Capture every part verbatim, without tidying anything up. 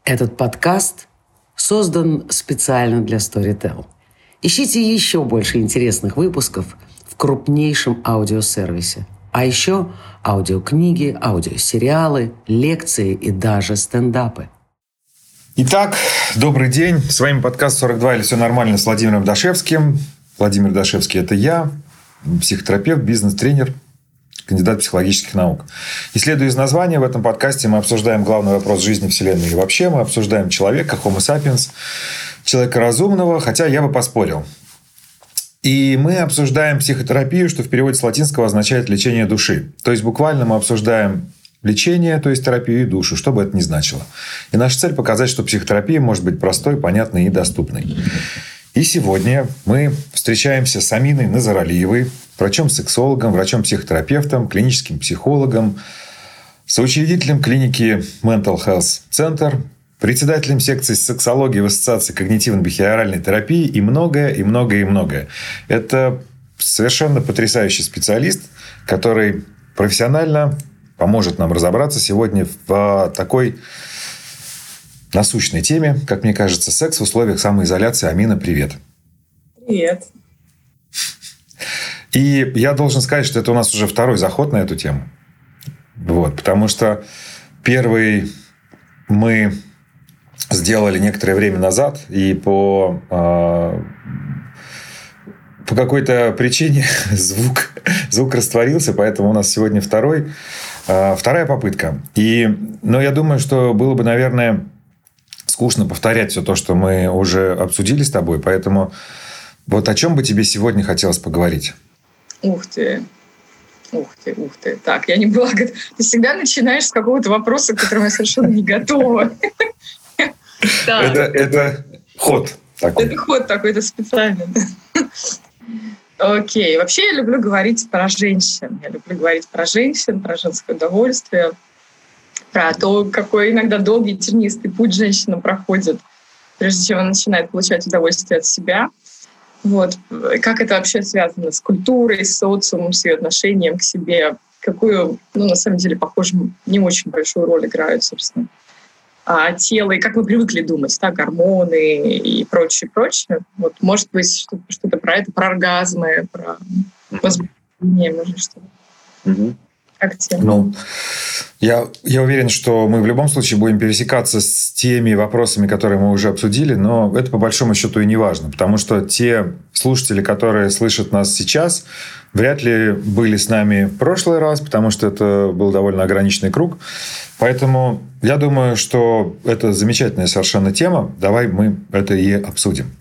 Этот подкаст создан специально для Storytel. Ищите еще больше интересных выпусков в крупнейшем аудиосервисе. А еще аудиокниги, аудиосериалы, лекции и даже стендапы. Итак, добрый день. С вами подкаст сорок два или «Все нормально» с Владимиром Дашевским. Владимир Дашевский – это я, психотерапевт, бизнес-тренер, кандидат психологических наук. Исследуя из названия, в этом подкасте мы обсуждаем главный вопрос жизни, Вселенной и вообще. Мы обсуждаем человека, Homo sapiens, человека разумного, хотя я бы поспорил. И мы обсуждаем психотерапию, что в переводе с латинского означает «лечение души». То есть, буквально мы обсуждаем лечение, то есть терапию и душу, что бы это ни значило. И наша цель – показать, что психотерапия может быть простой, понятной и доступной. И сегодня мы встречаемся с Аминой Назаралиевой, врачом-сексологом, врачом-психотерапевтом, клиническим психологом, соучредителем клиники Mental Health Center, председателем секции сексологии в Ассоциации когнитивно-бихевиоральной терапии и многое, и многое, и многое. Это совершенно потрясающий специалист, который профессионально поможет нам разобраться сегодня в такой насущной теме, как мне кажется, секс в условиях самоизоляции. Амина, привет. Привет. И я должен сказать, что это у нас уже второй заход на эту тему. Вот, потому что первый мы сделали некоторое время назад, и по, э, по какой-то причине звук, звук растворился, поэтому у нас сегодня второй, э, вторая попытка. И, но я думаю, что было бы, наверное, скучно повторять все то, что мы уже обсудили с тобой, поэтому вот о чем бы тебе сегодня хотелось поговорить? Ух ты. Ух ты, ух ты. Так, я не была готова. Ты всегда начинаешь с какого-то вопроса, к которому я совершенно не готова. Это, это ход такой. Это ход такой, это специально. Окей. Вообще я люблю говорить про женщин. Я люблю говорить про женщин, про женское удовольствие, про то, какой иногда долгий, тернистый путь женщина проходит, прежде чем она начинает получать удовольствие от себя. Вот. Как это вообще связано с культурой, с социумом, с ее отношением к себе, какую, ну, на самом деле, похоже, не очень большую роль играют, собственно, а тело, и как мы привыкли думать, да, гормоны и прочее, прочее. Вот, может быть, что-то, что-то про это, про оргазмы, про возбуждение, может, что-то. Mm-hmm. Как тема? Ну, я, я уверен, что мы в любом случае будем пересекаться с теми вопросами, которые мы уже обсудили, но это по большому счету и не важно, потому что те слушатели, которые слышат нас сейчас, вряд ли были с нами в прошлый раз, потому что это был довольно ограниченный круг. Поэтому я думаю, что это замечательная совершенно тема. Давай мы это и обсудим.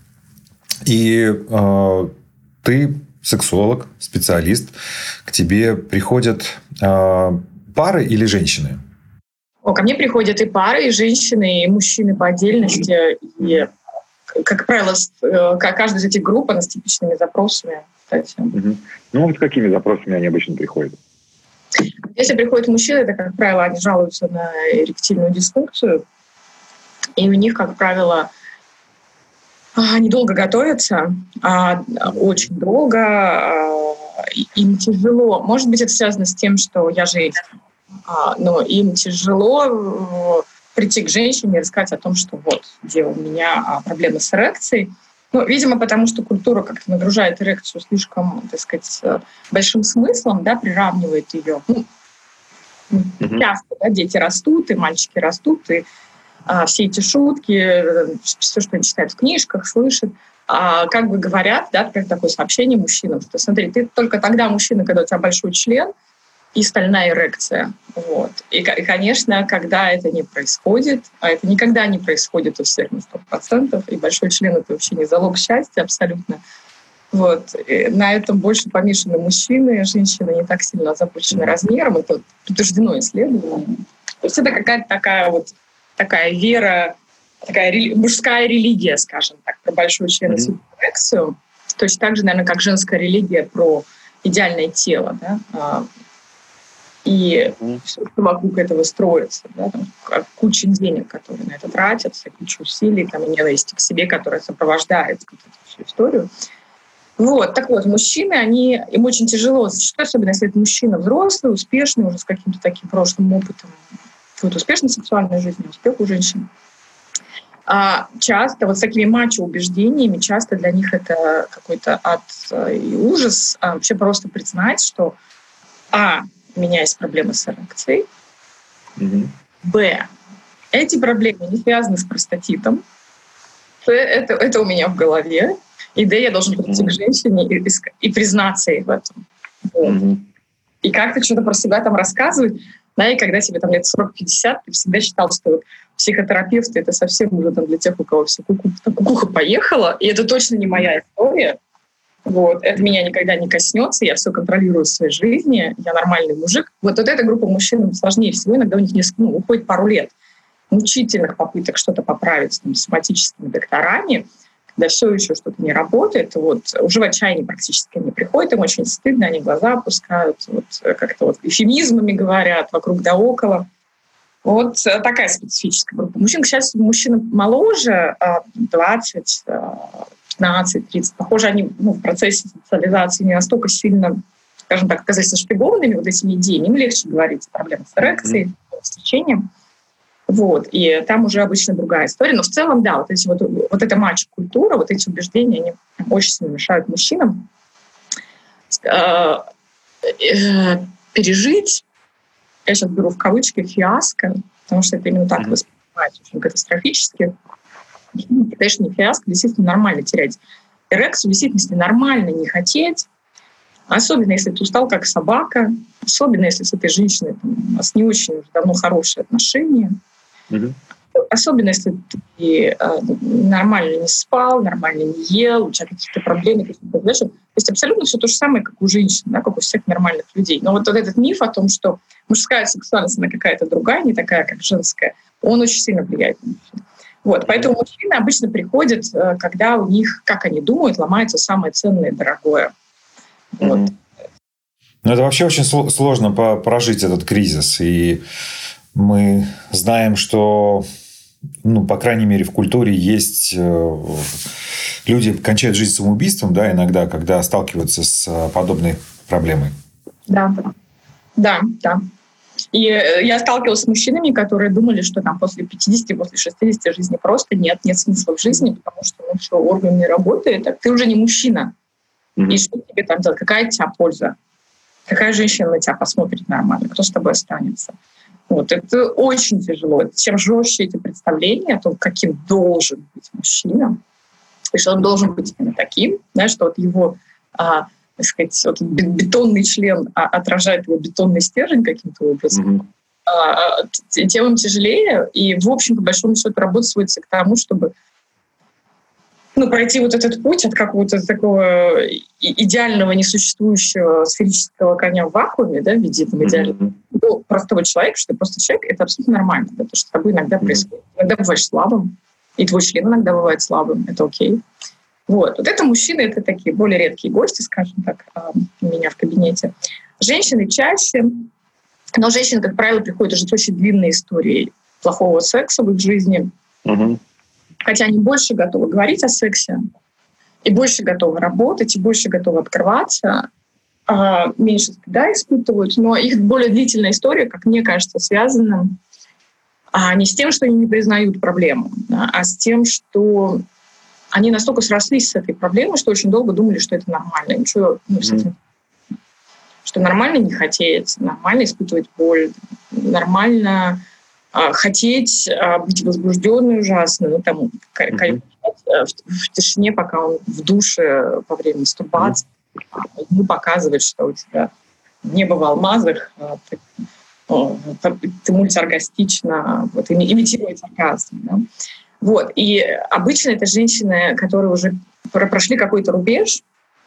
И э, ты сексолог, специалист, к тебе приходят э, пары или женщины? О, ко мне приходят и пары, и женщины, и мужчины по отдельности. И, как правило, каждая из этих групп, она с типичными запросами. Кстати. Угу. Ну, вот с какими запросами они обычно приходят? Если приходят мужчины, это, как правило, они жалуются на эректильную дисфункцию. И у них, как правило, они долго готовятся, очень долго, им тяжело. Может быть, это связано с тем, что я женщина, но им тяжело прийти к женщине и рассказать о том, что вот, где у меня проблемы с эрекцией. Ну, видимо, потому что культура как-то нагружает эрекцию слишком, так сказать, большим смыслом, да, приравнивает ее. Ну, mm-hmm. Часто, да, дети растут, и мальчики растут, и а, все эти шутки, все, что они читают в книжках, слышат, а, как бы говорят, да, как такое сообщение мужчинам, что смотри, ты только тогда мужчина, когда у тебя большой член и стальная эрекция. Вот. И, и, конечно, когда это не происходит, а это никогда не происходит у всех на сто процентов, и большой член — это вообще не залог счастья абсолютно. Вот. И на этом больше помешаны мужчины, женщины не так сильно озабочены размером, это подтверждено исследованием. То есть это какая-то такая вот такая вера, такая рели- мужская религия, скажем так, про большой член и эрекцию. Точно так же, наверное, как женская религия про идеальное тело, да? И mm-hmm. все, что вокруг этого строится, да, там, куча денег, которые на это тратятся, куча усилий, там, и ненависти к себе, которая сопровождает вот эту всю историю. Вот, так вот, мужчины, они, им очень тяжело, зачастую, особенно если это мужчина взрослый, успешный, уже с каким-то таким прошлым опытом, вот успешной сексуальной жизни, успех у женщин. А часто вот с такими мачо-убеждениями, часто для них это какой-то ад и ужас. А вообще просто признать, что а, у меня есть проблемы с эрекцией, mm-hmm. б, эти проблемы не связаны с простатитом, это, это у меня в голове, и д, я должен прийти mm-hmm. к женщине и, и, и признаться ей в этом. Mm-hmm. И как-то что-то про себя там рассказывать. Да, и когда тебе там лет сорок-пятьдесят, ты всегда считал, что вот психотерапевты — это совсем уже там для тех, у кого все кукуха, кукуха поехала, и это точно не моя история. Вот. Это меня никогда не коснется, я все контролирую в своей жизни, я нормальный мужик. Вот, вот эта группа мужчин сложнее всего, иногда у них несколько, ну, уходит пару лет мучительных попыток что-то поправить с там, соматическими докторами, когда все еще что-то не работает, вот, уже в отчаянии практически они приходят, им очень стыдно, они глаза опускают, вот, как-то вот эвфемизмами говорят, вокруг да около. Вот такая специфическая группа мужчин. Сейчас мужчины моложе, двадцать, пятнадцать, тридцать, похоже, они ну, в процессе социализации не настолько сильно, скажем так, оказались нашпигованными вот этими идеями, им легче говорить о проблемах с эрекцией, mm-hmm. с течением. Вот, и там уже обычно другая история. Но в целом, да, вот, эти вот, вот эта мачо-культура, вот эти убеждения, они очень сильно мешают мужчинам пережить, я сейчас беру в кавычки, фиаско, потому что это именно так mm-hmm. воспринимается очень катастрофически. Конечно, не фиаско, действительно нормально терять эрекцию, действительно нормально не хотеть, особенно если ты устал как собака, особенно если с этой женщиной там, у вас не очень уже давно хорошие отношения. Mm-hmm. Особенно, если ты э, нормально не спал, нормально не ел, у тебя какие-то проблемы, какие-то проблемы. То есть абсолютно все то же самое, как у женщин, да, как у всех нормальных людей. Но вот, вот этот миф о том, что мужская сексуальность, она какая-то другая, не такая, как женская, он очень сильно влияет на мужчин. Вот, поэтому мужчины обычно приходят, когда у них, как они думают, ломается самое ценное и дорогое. Вот. Mm-hmm. Ну, это вообще очень сложно прожить этот кризис. И мы знаем, что, ну, по крайней мере, в культуре есть люди, кончают жизнь самоубийством, да, иногда, когда сталкиваются с подобной проблемой. Да, да, да. И я сталкивалась с мужчинами, которые думали, что там после пятидесяти, после шестидесяти жизни просто нет, нет смысла в жизни, потому что ну, что, орган не работает, так ты уже не мужчина. Mm-hmm. И что тебе там делать? Какая от тебя польза? Какая женщина на тебя посмотрит нормально? Кто с тобой останется? Вот, это очень тяжело. Чем жестче эти представления о том, каким должен быть мужчина, и что он должен быть именно таким, да, что вот его, а, так сказать, вот бетонный член а, отражает его бетонный стержень каким-то образом, mm-hmm. а, тем им тяжелее. И, в общем, по большому счету, работа сводится к тому, чтобы ну, пройти вот этот путь от какого-то такого идеального, несуществующего сферического коня в вакууме, да, в виде там, идеального mm-hmm. простого человека, что ты просто человек, это абсолютно нормально, да, потому что с тобой иногда mm-hmm. происходит. Иногда бываешь слабым, и твой член иногда бывает слабым, это окей. Вот. Вот это мужчины, это такие более редкие гости, скажем так, у меня в кабинете. Женщины чаще, но женщины, как правило, приходят уже с очень длинной историей плохого секса в их жизни. Mm-hmm. Хотя они больше готовы говорить о сексе, и больше готовы работать, и больше готовы открываться, меньше стыда испытывают, но их более длительная история, как мне кажется, связана не с тем, что они не признают проблему, а с тем, что они настолько срослись с этой проблемой, что очень долго думали, что это нормально. Ничего, ну, с этим, mm-hmm. что нормально не хотеть, нормально испытывать боль, нормально а, хотеть а, быть возбужденной ужасно, ну, там, mm-hmm. в, в тишине, пока он в душе во время мастурбации, mm-hmm. ему показывать, что у тебя небо в алмазах, а, ты, о, ты мультиоргастично, вот, имитировать оргазм. Да? Вот. И обычно это женщины, которые уже прошли какой-то рубеж,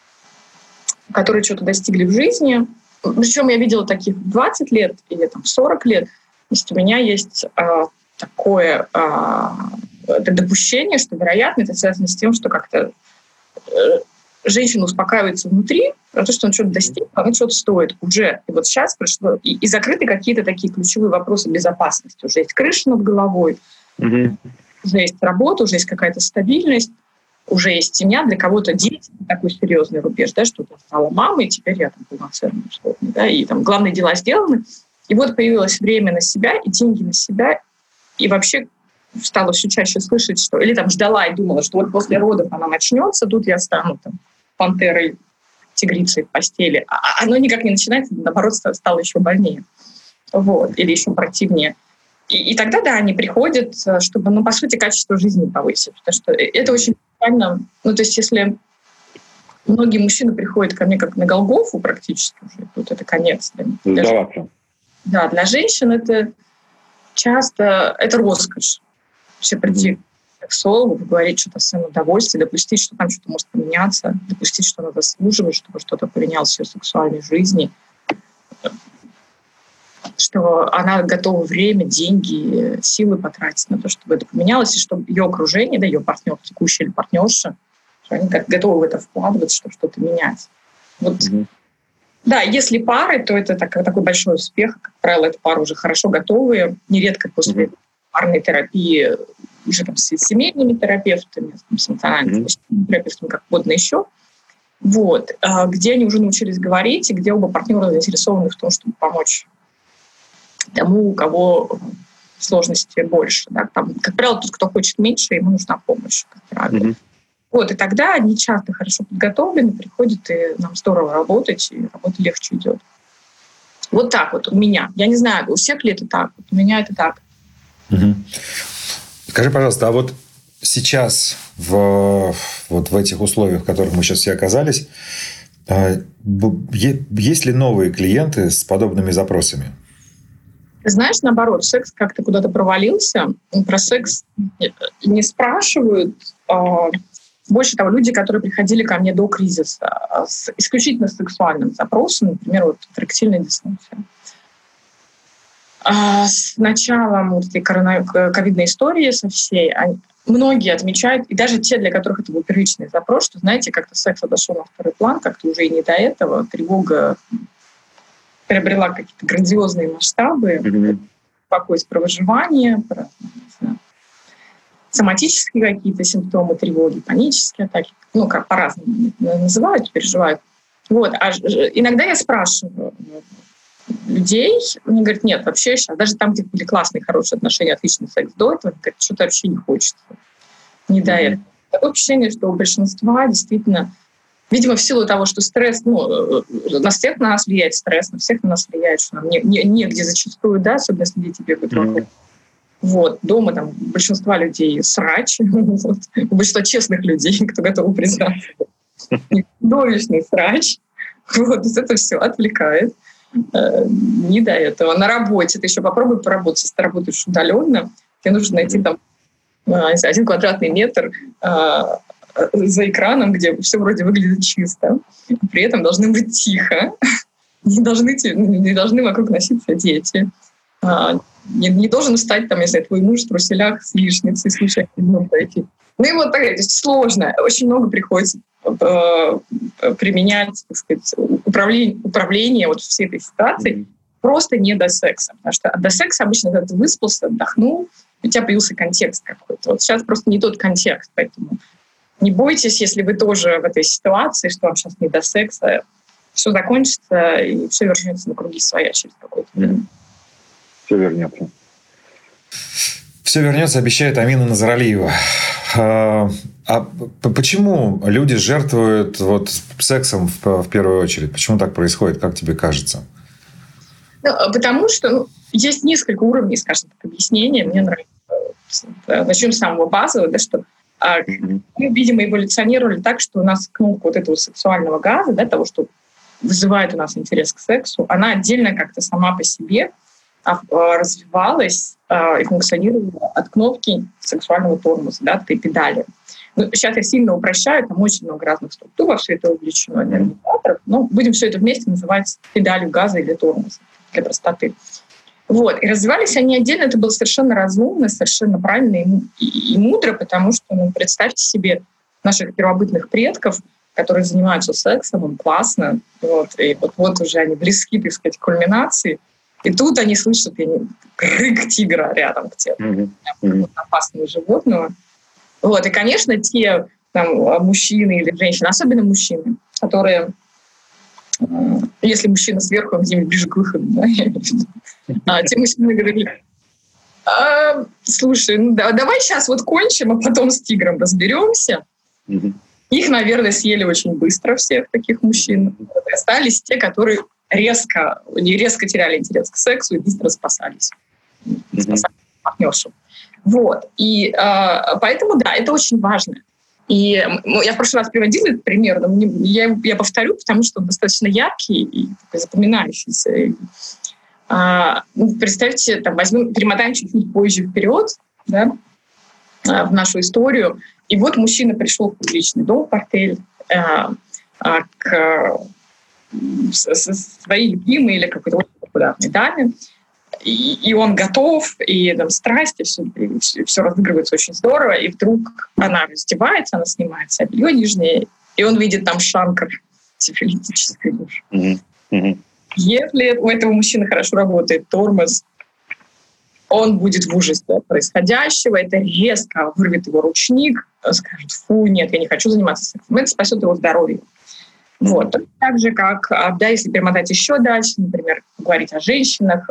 которые что-то достигли в жизни. Причем я видела таких двадцать лет или там, сорок лет. То есть у меня есть а, такое а, это допущение, что, вероятно, это связано с тем, что как-то э, женщина успокаивается внутри, про то, что он что-то достиг, она что-то стоит уже. И вот сейчас пришло... И, и закрыты какие-то такие ключевые вопросы безопасности. Уже есть крыша над головой, mm-hmm. уже есть работа, уже есть какая-то стабильность, уже есть семья, для кого-то дети, такой серьезный рубеж, да, что ты стала мамой, и теперь я там полноценная, условно, да, и там главные дела сделаны. И вот появилось время на себя, и деньги на себя, и вообще стала все чаще слышать, что... Или там ждала и думала, что вот после родов она начнется, тут я стану там пантерой, тигрицей в постели. А оно никак не начинается, наоборот, стало еще больнее. Вот. Или еще противнее. И, и тогда, да, они приходят, чтобы, ну, по сути, качество жизни повысить. Потому что это очень правильно. Ну, то есть если многие мужчины приходят ко мне как на Голгофу практически уже, вот это конец. Для, для, да, для женщин это часто это роскошь. Вообще прийти к сексологу, поговорить что-то о своем удовольствии, допустить, что там что-то может поменяться, допустить, что она заслуживает, чтобы что-то поменялось в ее сексуальной жизни, что она готова время, деньги, силы потратить на то, чтобы это поменялось, и чтобы ее окружение, да, ее партнер, текущий или партнерша, что они готовы в это вкладываться, чтобы что-то менять. Вот. Mm-hmm. Да, если пары, то это так, такой большой успех. Как правило, это пары уже хорошо готовые. Нередко после mm-hmm. парной терапии уже там, с семейными терапевтами, с эмоциональными mm-hmm. терапевтами, как угодно еще. Вот. Где они уже научились говорить, и где оба партнера заинтересованы в том, чтобы помочь тому, у кого сложности больше. Да? Там, как правило, тот, кто хочет меньше, ему нужна помощь, как правило. Mm-hmm. Вот, и тогда они часто хорошо подготовлены, приходят, и нам здорово работать, и работа легче идет. Вот так вот у меня. Я не знаю, у всех ли это так. Вот у меня это так. Угу. Скажи, пожалуйста, а вот сейчас в, вот в этих условиях, в которых мы сейчас все оказались, есть ли новые клиенты с подобными запросами? Знаешь, наоборот, секс как-то куда-то провалился. Про секс не спрашивают. Больше того, люди, которые приходили ко мне до кризиса с исключительно сексуальным запросом, например, вот эректильная дисфункция. С началом вот этой ковидной истории со всей, они, многие отмечают, и даже те, для которых это был первичный запрос, что, знаете, как-то секс отошел на второй план, как-то уже и не до этого, тревога приобрела какие-то грандиозные масштабы, mm-hmm. беспокойство про выживание, про, соматические какие-то симптомы тревоги, панические атаки, ну, как по-разному называют, переживают. Вот. А иногда я спрашиваю людей, они говорят, нет, вообще сейчас, даже там, где были классные, хорошие отношения, отличный секс до этого, говорят, что-то вообще не хочется. Не до этого. Такое впечатление, что у большинства действительно, видимо, в силу того, что стресс, ну, на всех на нас влияет стресс, на всех на нас влияет, что нам не, не, негде зачастую, да, особенно если дети бегают вокруг. Вот. Дома там у большинства людей срач, вот. У большинства честных людей, кто готов признаться. Чудовищный срач. Вот. Это все отвлекает. Не до этого. На работе ты еще попробуй поработать. Если ты работаешь удаленно, тебе нужно найти там один квадратный метр за экраном, где все вроде выглядит чисто. При этом должны быть тихо. Не должны, не должны вокруг носиться дети. Не, не должен встать, там, если твой муж в труселях с яичницей случайно не пройти. Ну и вот так, то есть сложно. Очень много приходится э, применять, так сказать, управление, управление вот всей этой ситуацией mm-hmm. просто не до секса. Потому что до секса обычно, когда ты выспался, отдохнул, у тебя появился контекст какой-то. Вот сейчас просто не тот контекст, поэтому не бойтесь, если вы тоже в этой ситуации, что вам сейчас не до секса, все закончится и все вернется на круги своя через какое-то время. Mm-hmm. Все вернется. Все вернется, обещает Амина Назаралиева. А, а почему люди жертвуют вот сексом в, в первую очередь? Почему так происходит, как тебе кажется? Ну, потому что ну, есть несколько уровней, скажем так, объяснения. Мне нравится. Начнем с самого базового, да, что а, мы, видимо, эволюционировали так, что у нас кнопка вот этого сексуального газа, да, того, что вызывает у нас интерес к сексу, она отдельно как-то сама по себе развивалась э, и функционировала от кнопки сексуального тормоза, да, от этой педали. Ну, сейчас я сильно упрощаю, там очень много разных структур во все это увлечено, организаторов, но будем все это вместе называть педалью газа или тормоза для простоты. Вот. И развивались они отдельно, это было совершенно разумно, совершенно правильно и, и, и мудро, потому что, ну, представьте себе наших первобытных предков, которые занимаются сексом, им классно, вот, и вот, вот уже они близки, так сказать, к кульминации. И тут они слышат рык тигра рядом где-то, mm-hmm. опасного животного. Вот. И, конечно, те там, мужчины или женщины, особенно мужчины, которые, если мужчина сверху, он где-нибудь ближе к выходу, да, а те мужчины говорили, А, слушай, ну да, давай сейчас вот кончим, а потом с тигром разберемся. Mm-hmm. Их, наверное, съели очень быстро всех таких мужчин. Остались те, которые резко, не резко теряли интерес к сексу и быстро спасались. Mm-hmm. Спасали партнершу. Вот. И а, поэтому, да, это очень важно. И ну, я в прошлый раз приводила этот пример, но мне, я, я повторю, потому что он достаточно яркий и такой запоминающийся. И, а, ну, представьте, там, возьмем, перемотаем чуть-чуть позже вперед, да, а, в нашу историю. И вот мужчина пришел в публичный дом, в артель, а, а, к с, с своей любимой или какой-то очень популярной даме. И, и он готов, и там страсти, все, все, все разыгрывается очень здорово, и вдруг она раздевается, она снимает себе белье нижнее, и он видит там шанкар сифилитической душ. Mm-hmm. Mm-hmm. Если у этого мужчины хорошо работает тормоз, он будет в ужасе от происходящего, это резко вырвет его ручник, скажет: фу, нет, я не хочу заниматься сексом. Это спасет его здоровье. Вот. Так же, как, да, если перемотать еще дальше, например, говорить о женщинах,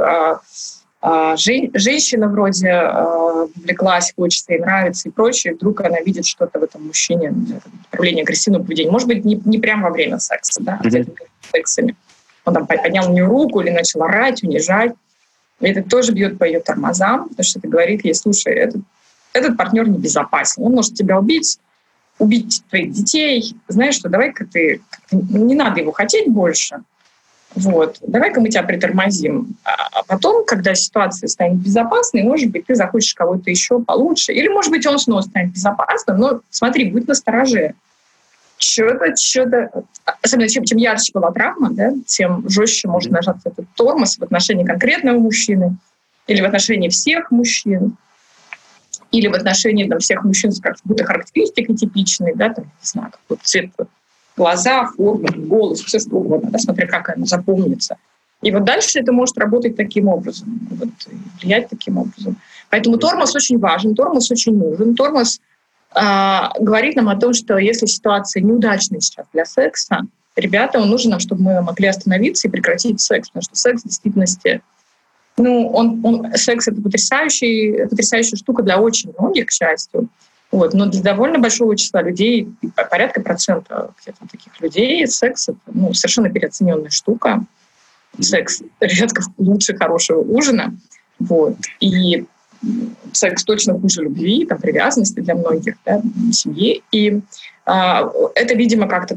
жен, женщина вроде увлеклась, хочется ей нравится и прочее, вдруг она видит что-то в этом мужчине, проявление агрессивного поведения. Может быть, не, не прямо во время секса, да, mm-hmm. где-то перед сексами. Он там поднял у нее руку или начал орать, унижать. И это тоже бьет по ее тормозам, потому что это говорит ей: слушай, этот, этот партнер небезопасен, он может тебя убить, убить твоих детей, знаешь что, давай-ка ты, не надо его хотеть больше, вот, давай-ка мы тебя притормозим. А потом, когда ситуация станет безопасной, может быть, ты захочешь кого-то еще получше, или, может быть, он снова станет безопасным, но смотри, будь настороже. Что-то, что-то... Особенно, чем, чем ярче была травма, да, тем жестче может нажаться этот тормоз в отношении конкретного мужчины или в отношении всех мужчин. Или в отношении там, всех мужчин с какой-то характеристикой типичной, да, там, не знаю, какой цвет глаза, форма, голос, все что угодно, да, смотря как оно запомнится. И вот дальше это может работать таким образом, вот, влиять таким образом. Поэтому тормоз очень важен, тормоз очень нужен. Тормоз а, говорит нам о том, что если ситуация неудачная сейчас для секса, ребята, он нужен нам, чтобы мы могли остановиться и прекратить секс, потому что секс в действительности... Ну, он, он, секс — это потрясающий, потрясающая штука для очень многих, к счастью. Вот. Но для довольно большого числа людей, порядка процента где-то таких людей, секс — это ну, совершенно переоцененная штука. Секс редко лучше хорошего ужина. Вот. И секс точно хуже любви, там, привязанности для многих, да, семьи. И а, это, видимо, как-то...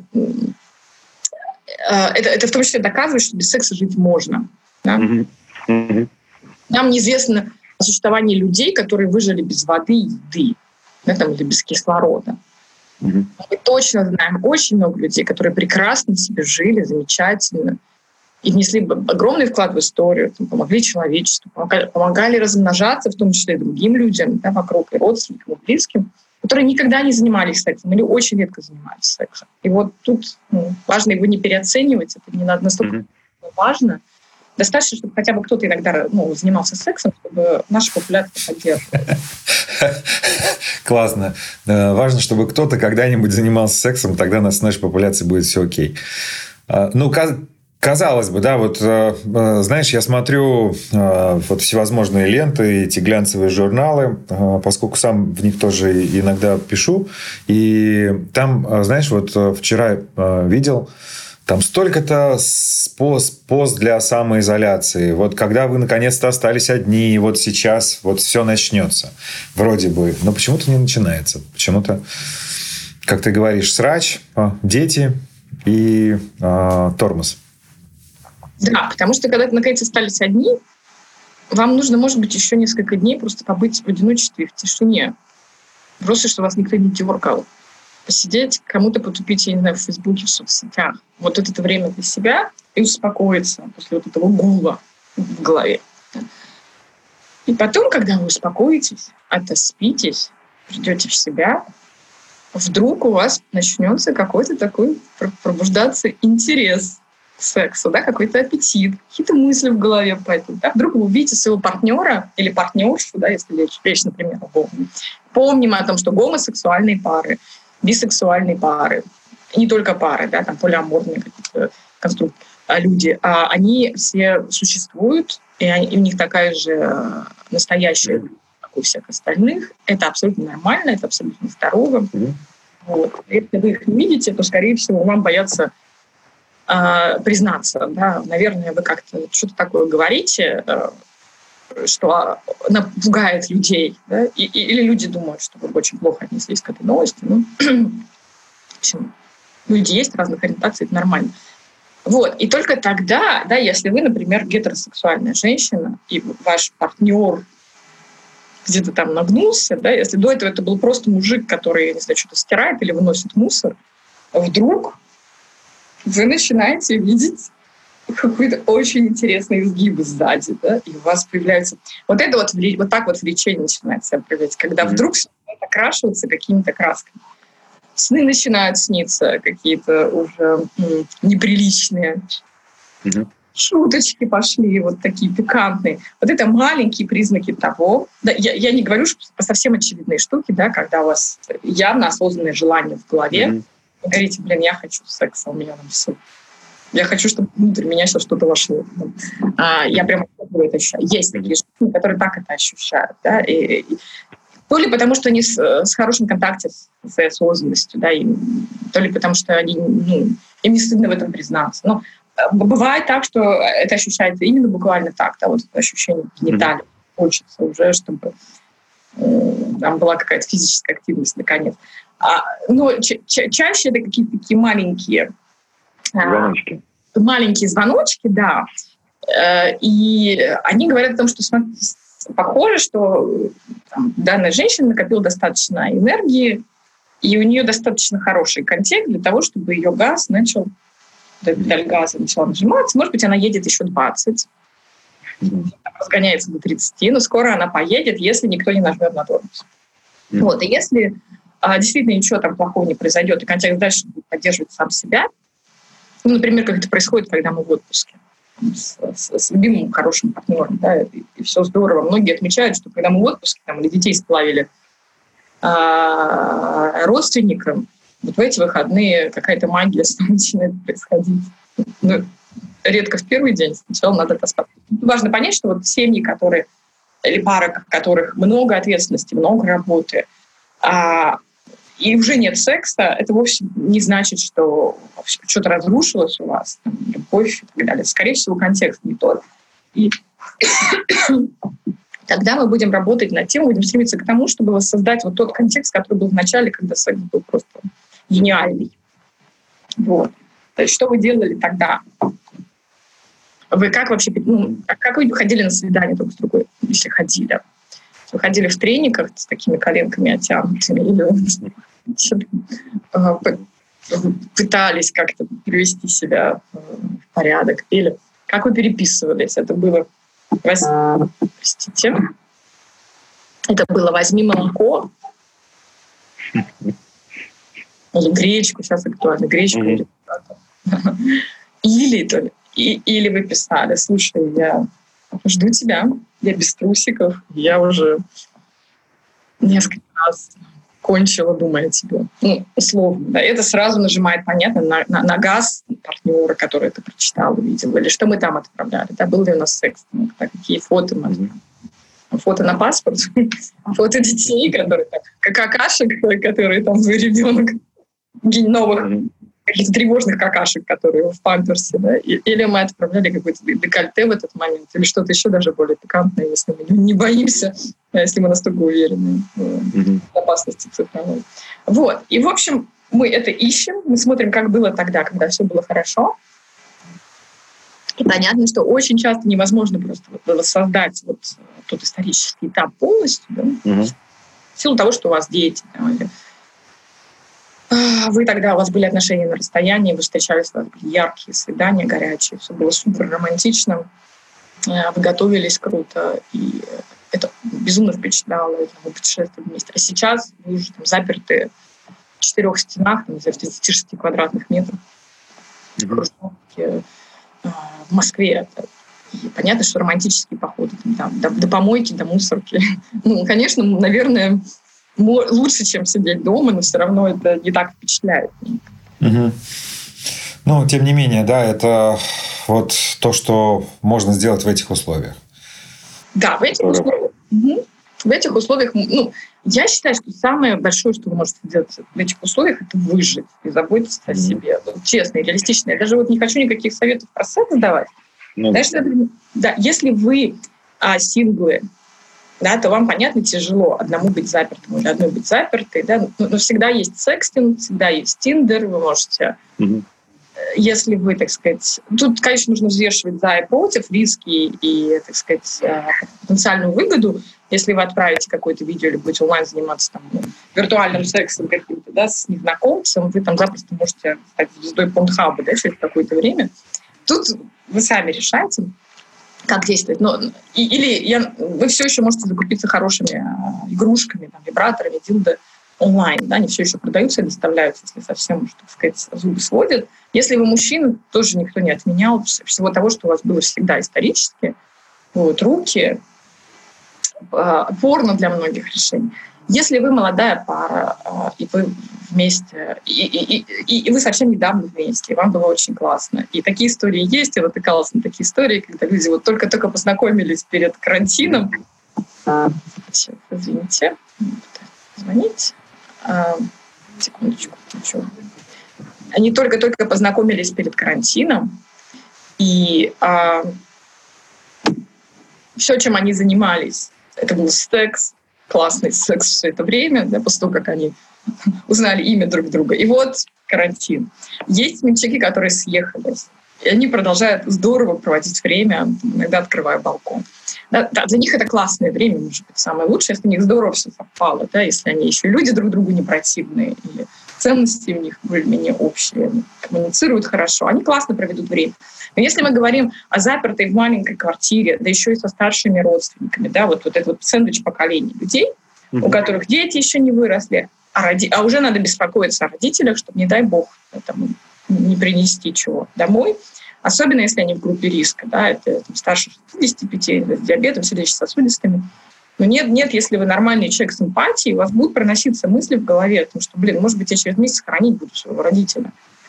А, это, это в том числе доказывает, что без секса жить можно. Да? Mm-hmm. Mm-hmm. Нам неизвестно о существовании людей, которые выжили без воды и еды, да, там, или без кислорода. Mm-hmm. Мы точно знаем очень много людей, которые прекрасно себе жили, замечательно, и внесли огромный вклад в историю, там, помогли человечеству, помогали, помогали размножаться, в том числе и другим людям, да, вокруг, и родственникам, и близким, которые никогда не занимались сексом или очень редко занимались сексом. И вот тут ну, важно его не переоценивать, это не надо настолько mm-hmm. важно. Достаточно, чтобы хотя бы кто-то иногда ну, занимался сексом, чтобы наша популяция поддерживалась. Классно. Важно, чтобы кто-то когда-нибудь занимался сексом, тогда у нас с нашей популяцией будет все окей. Ну, казалось бы, да, вот, знаешь, я смотрю вот всевозможные ленты, эти глянцевые журналы, поскольку сам в них тоже иногда пишу. И там, знаешь, вот вчера видел... Там столько-то пост, пост для самоизоляции. Вот когда вы наконец-то остались одни, вот сейчас вот все начнется. Вроде бы. Но почему-то не начинается. Почему-то, как ты говоришь, срач, дети и э, тормоз. Да, потому что когда вы наконец остались одни, вам нужно, может быть, еще несколько дней просто побыть в одиночестве, в тишине. Просто, чтобы вас никто не дергал. Посидеть, кому-то потупить, я не знаю, в Фейсбуке, в соцсетях. Вот это время для себя и успокоиться после вот этого гула в голове. И потом, когда вы успокоитесь, отоспитесь, придете в себя, вдруг у вас начнется какой-то такой пробуждаться интерес к сексу, да, какой-то аппетит, какие-то мысли в голове пойдут. Да? Вдруг вы увидите своего партнера или партнершу, да, если речь, речь, например, о гомо. Помним о том, что гомосексуальные пары, бисексуальные пары, не только пары, да, там полиаморные какие-то конструкты, люди, а они все существуют, и, они, и у них такая же настоящая, как у всех остальных. Это абсолютно нормально, это абсолютно здорово. Mm-hmm. Вот. Если вы их не видите, то, скорее всего, вам боятся э, признаться. Да? Наверное, вы как-то что-то такое говорите, э, что напугает людей. Да? И, и, или люди думают, что вы очень плохо отнеслись к этой новости. Ну, в общем, люди есть разных ориентаций, это нормально. Вот. И только тогда, да, если вы, например, гетеросексуальная женщина, и ваш партнер где-то там нагнулся, да, если до этого это был просто мужик, который, я не знаю, что-то стирает или выносит мусор, вдруг вы начинаете видеть какой-то очень интересный изгиб сзади, да, и у вас появляется... Вот это вот, вот так вот влечение начинает себя проявлять, когда mm-hmm. вдруг начинает окрашиваться какими-то красками. Сны начинают сниться какие-то уже м, неприличные. Mm-hmm. Шуточки пошли, вот такие пикантные. Вот это маленькие признаки того... Да, я, я не говорю что совсем очевидные штуки, да, когда у вас явно осознанное желание в голове. Mm-hmm. Вы говорите, блин, я хочу секса, у меня там все. Я хочу, чтобы внутрь меня сейчас что-то вошло. А, я прямо это ощущаю. Есть такие штуки, которые так это ощущают. Да, и, и, то ли потому, что они с, с хорошим контакте с, с осознанностью, да, и, то ли потому, что они, ну, им не стыдно в этом признаться. Но бывает так, что это ощущается именно буквально так, да, вот ощущение гениталий. Mm-hmm. Хочется уже, чтобы э, там была какая-то физическая активность наконец. А, но ча- ча- чаще это какие-то такие маленькие звоночки. А, маленькие звоночки, да. Э, и они говорят о том, что похоже, что там, данная женщина накопила достаточно энергии, и у нее достаточно хороший контекст для того, чтобы ее газ начал педаль газа начала нажиматься. Может быть, она едет еще двадцать, разгоняется до тридцати, но скоро она поедет, если никто не нажмет на тормоз. Mm-hmm. Вот. И если а, действительно ничего там плохого не произойдет, и контекст дальше будет поддерживать сам себя, ну, например, как это происходит, когда мы в отпуске с, с, с любимым хорошим партнером, да, и, и все здорово. Многие отмечают, что когда мы в отпуске там, или детей сплавили а, родственникам, вот в эти выходные какая-то магия начинает происходить. Ну, редко в первый день, сначала надо отоспаться. Важно понять, что вот семьи, которые, или пары, в которых много ответственности, много работы, а, и уже нет секса, это вовсе не значит, что что-то разрушилось у вас, там, любовь и так далее. Скорее всего, контекст не тот. И тогда мы будем работать над тем, будем стремиться к тому, чтобы воссоздать вот тот контекст, который был в начале, когда секс был просто гениальный. Вот. То есть что вы делали тогда? Вы как вообще... Ну, как вы ходили на свидание друг с другой, если ходили? Вы ходили в трениках с такими коленками оттянутыми? Или пытались как-то привести себя в порядок? Или как вы переписывались? Это было... Простите. Это было «возьми молоко». Или гречку, сейчас актуально, гречку. Mm-hmm. Или, то, и, или вы писали, слушай, я жду тебя, я без трусиков, я уже несколько раз кончила, думая о тебе. Ну, условно. Да. Это сразу нажимает, понятно, на, на, на газ партнера, который ты прочитал, увидел, или что мы там отправляли. Да, был ли у нас секс, ну, какие фото мы mm-hmm. Фото на паспорт, фото детей, которые там, как какашек, которые там за ребенок, новых каких-то тревожных какашек, которые в памперсе, да, или мы отправляли какой-то декольте в этот момент, или что-то еще даже более пикантное, если мы не боимся, если мы настолько уверены в безопасности цифровой. Вот. И, в общем, мы это ищем, мы смотрим, как было тогда, когда все было хорошо. И понятно, что очень часто невозможно просто воссоздать вот тот исторический этап полностью, да, угу. в силу того, что у вас дети. Да, или... Вы тогда, у вас были отношения на расстоянии, вы встречались, у вас были яркие свидания, горячие, все было супер романтично, вы готовились круто, и это безумно впечатляло, вы путешествовали вместе. А сейчас вы уже там заперты в четырех стенах, там, в тридцати шести квадратных метрах, mm-hmm. в Москве. И понятно, что романтические походы там, до, до помойки, до мусорки. Ну, конечно, наверное, лучше, чем сидеть дома, но все равно это не так впечатляет. Угу. Ну, тем не менее, да, это вот то, что можно сделать в этих условиях. Да, в этих условиях. Угу. В этих условиях, ну, я считаю, что самое большое, что вы можете сделать в этих условиях, это выжить и заботиться mm-hmm. о себе. Ну, честно и реалистично. Я даже вот не хочу никаких советов про секс давать. Mm-hmm. Знаешь, да, если вы а, синглы, да, то вам, понятно, тяжело одному быть запертым или одной быть запертой. Да? Но, но всегда есть секстинг, всегда есть Тиндер, вы можете... Mm-hmm. Если вы, так сказать... Тут, конечно, нужно взвешивать за и против, риски и, так сказать, потенциальную выгоду. Если вы отправите какое-то видео или будете онлайн заниматься там, ну, виртуальным сексом каким-то, да, с незнакомцем, вы там запросто можете стать звездой порнхаба, да, через какое-то время. Тут вы сами решаете, как действовать. Но, и, или я, вы все еще можете закупиться хорошими а, игрушками, там, вибраторами, дилдо онлайн, да, они все еще продаются и доставляются, если совсем, так сказать, зубы сводят. Если вы мужчина, тоже никто не отменял всего того, что у вас было всегда исторически. Вот, руки, порно для многих решений. Если вы молодая пара, и вы вместе, и, и, и, и вы совсем недавно вместе, и вам было очень классно. И такие истории есть, и вот натыкалась на такие истории, когда люди вот только-только познакомились перед карантином. Сейчас, извините, звонить. А, секундочку. Ничего. Они только-только познакомились перед карантином, и а, все, чем они занимались, это был секс, классный секс все это время, да, после того, как они узнали имя друг друга. И вот карантин. Есть мальчики, которые съехались, и они продолжают здорово проводить время, иногда открывая балкон. Да, да, для них это классное время, может быть, самое лучшее, если у них здорово все совпало, да, если они еще и люди друг другу не противные, и ценности у них более-менее общие, они коммуницируют хорошо, они классно проведут время. Но если мы говорим о запертой в маленькой квартире, да еще и со старшими родственниками, да, вот, вот это вот сэндвич поколений людей, mm-hmm. у которых дети еще не выросли, а, роди... а уже надо беспокоиться о родителях, чтобы, не дай бог, там, не принести чего домой, особенно если они в группе риска, да, это там, старше шестидесяти пяти, с диабетом, сердечно-сосудистыми. Но нет, нет, если вы нормальный человек с эмпатией, у вас будут проноситься мысли в голове о том, что, блин, может быть, я через месяц хоронить буду своего родителя.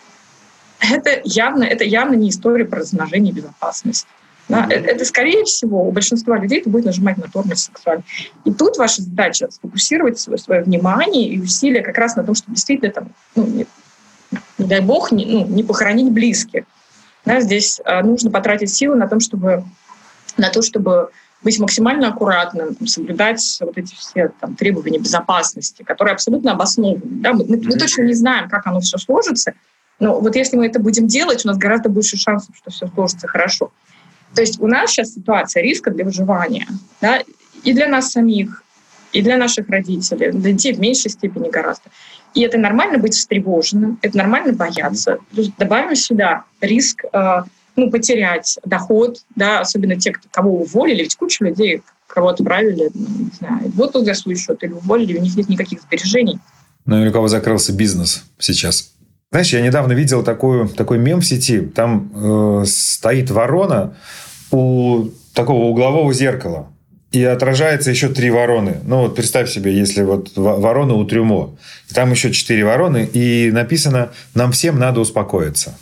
Это явно, это явно не история про размножение и безопасность. Да? Mm-hmm. Это, это, скорее всего, у большинства людей это будет нажимать на тормоз сексуально. И тут ваша задача сфокусировать свое, свое внимание и усилия как раз на том, чтобы действительно, там, ну, не, не дай бог, не, ну, не похоронить близких. Да? Здесь а, нужно потратить силы на, том, чтобы, на то, чтобы быть максимально аккуратным, соблюдать вот эти все там, требования безопасности, которые абсолютно обоснованы. Да? Мы, мы, мы точно не знаем, как оно все сложится, но вот если мы это будем делать, у нас гораздо больше шансов, что все сложится хорошо. То есть у нас сейчас ситуация риска для выживания, да? И для нас самих, и для наших родителей, для детей в меньшей степени гораздо. И это нормально быть встревоженным, это нормально бояться. Плюс добавим сюда риск э, ну, потерять доход, да, особенно те, кто, кого уволили, ведь куча людей, кого отправили, ну, не знаю, вот туда свой счет, или уволили, у них нет никаких сбережений. Ну, или у кого закрылся бизнес сейчас. Знаешь, я недавно видел такую, такой мем в сети. Там э, стоит ворона у такого углового зеркала. И отражается еще три вороны. Ну, вот представь себе, если вот ворона у трюмо. И там еще четыре вороны. И написано: нам всем надо успокоиться.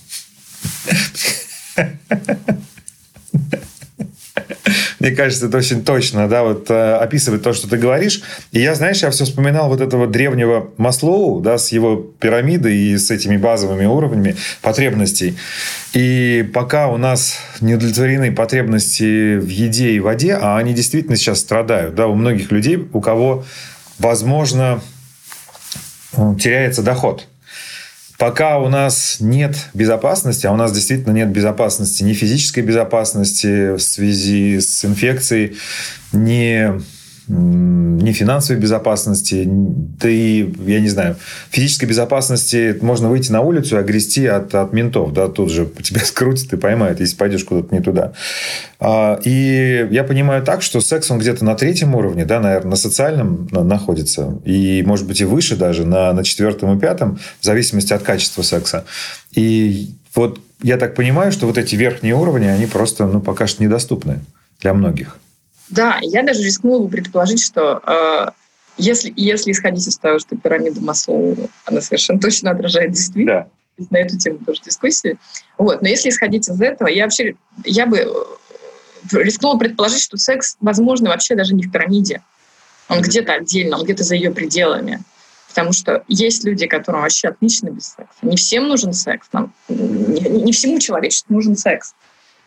Мне кажется, это очень точно, да, вот э, описывает то, что ты говоришь. И я, знаешь, я все вспоминал вот этого древнего Маслоу, да, с его пирамидой и с этими базовыми уровнями потребностей. И пока у нас не удовлетворены потребности в еде и воде, а они действительно сейчас страдают, да, у многих людей, у кого, возможно, теряется доход. Пока у нас нет безопасности, а у нас действительно нет безопасности, ни физической безопасности в связи с инфекцией, ни, ни финансовой безопасности, да и, я не знаю, физической безопасности можно выйти на улицу и огрести от, от ментов, да, тут же тебя скрутят и поймают, если пойдешь куда-то не туда. И я понимаю так, что секс, он где-то на третьем уровне, да, наверное, на социальном находится, и, может быть, и выше даже, на, на четвертом и пятом, в зависимости от качества секса. И вот я так понимаю, что вот эти верхние уровни, они просто, ну, пока что недоступны для многих. Да, я даже рискнула бы предположить, что э, если, если исходить из того, что пирамида Маслоу, она совершенно точно отражает действительность, да. На эту тему тоже дискуссии. Вот. Но если исходить из этого, я вообще, я бы рискнула предположить, что секс, возможно, вообще даже не в пирамиде. Он где-то отдельно, он где-то за ее пределами. Потому что есть люди, которым вообще отлично без секса. Не всем нужен секс. Нам, не, не всему человечеству нужен секс.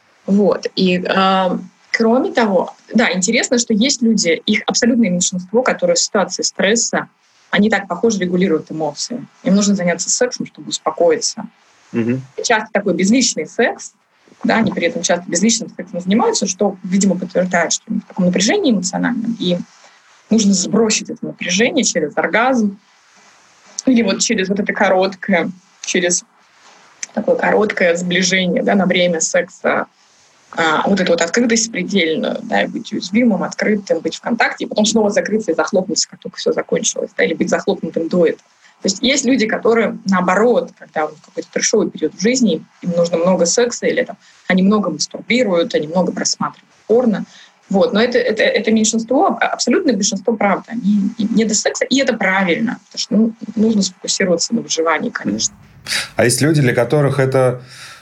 Вот. И э, кроме того, да, интересно, что есть люди, их абсолютное меньшинство, которые в ситуации стресса, они так, похоже, регулируют эмоции. Им нужно заняться сексом, чтобы успокоиться. Mm-hmm. Часто такой безличный секс, да, они при этом часто безличным сексом занимаются, что, видимо, подтверждает, что они в таком напряжении эмоциональном, и нужно сбросить это напряжение через оргазм или вот через вот это короткое, через такое короткое сближение, да, на время секса, а, вот эту вот открытость предельную, да, и быть уязвимым, открытым, быть в контакте, и потом снова закрыться и захлопнуться, как только все закончилось, да, или быть захлопнутым до этого. То есть есть люди, которые, наоборот, когда он в какой-то трешовый период в жизни, им нужно много секса, или там, они много мастурбируют, они много просматривают порно. Вот. Но это, это, это меньшинство, абсолютное большинство, правда, они не до секса, и это правильно, потому что ну, нужно сфокусироваться на выживании, конечно. А есть люди, для которых это,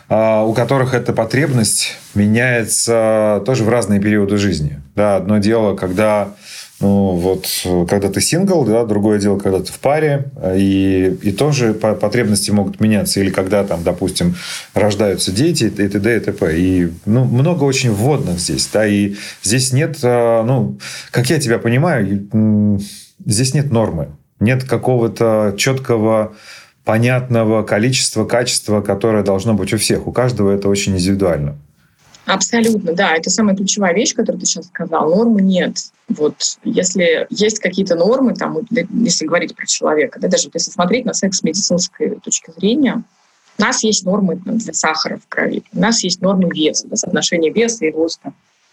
у которых эта потребность меняется тоже в разные периоды жизни. Да, одно дело, когда... Ну, вот, когда ты сингл, да, другое дело, когда ты в паре, и, и тоже потребности могут меняться. Или когда, там, допустим, рождаются дети, и т.д. и т.п. И ну, много очень вводных здесь. Да, и здесь нет, ну, как я тебя понимаю, здесь нет нормы. Нет какого-то четкого, понятного количества, качества, которое должно быть у всех. У каждого это очень индивидуально. Абсолютно, да. Это самая ключевая вещь, которую ты сейчас сказал. Нормы нет. Вот если есть какие-то нормы, там, если говорить про человека, да, даже если смотреть на секс с медицинской точки зрения, у нас есть нормы там, для сахара в крови, у нас есть нормы веса, да, соотношения веса и роста,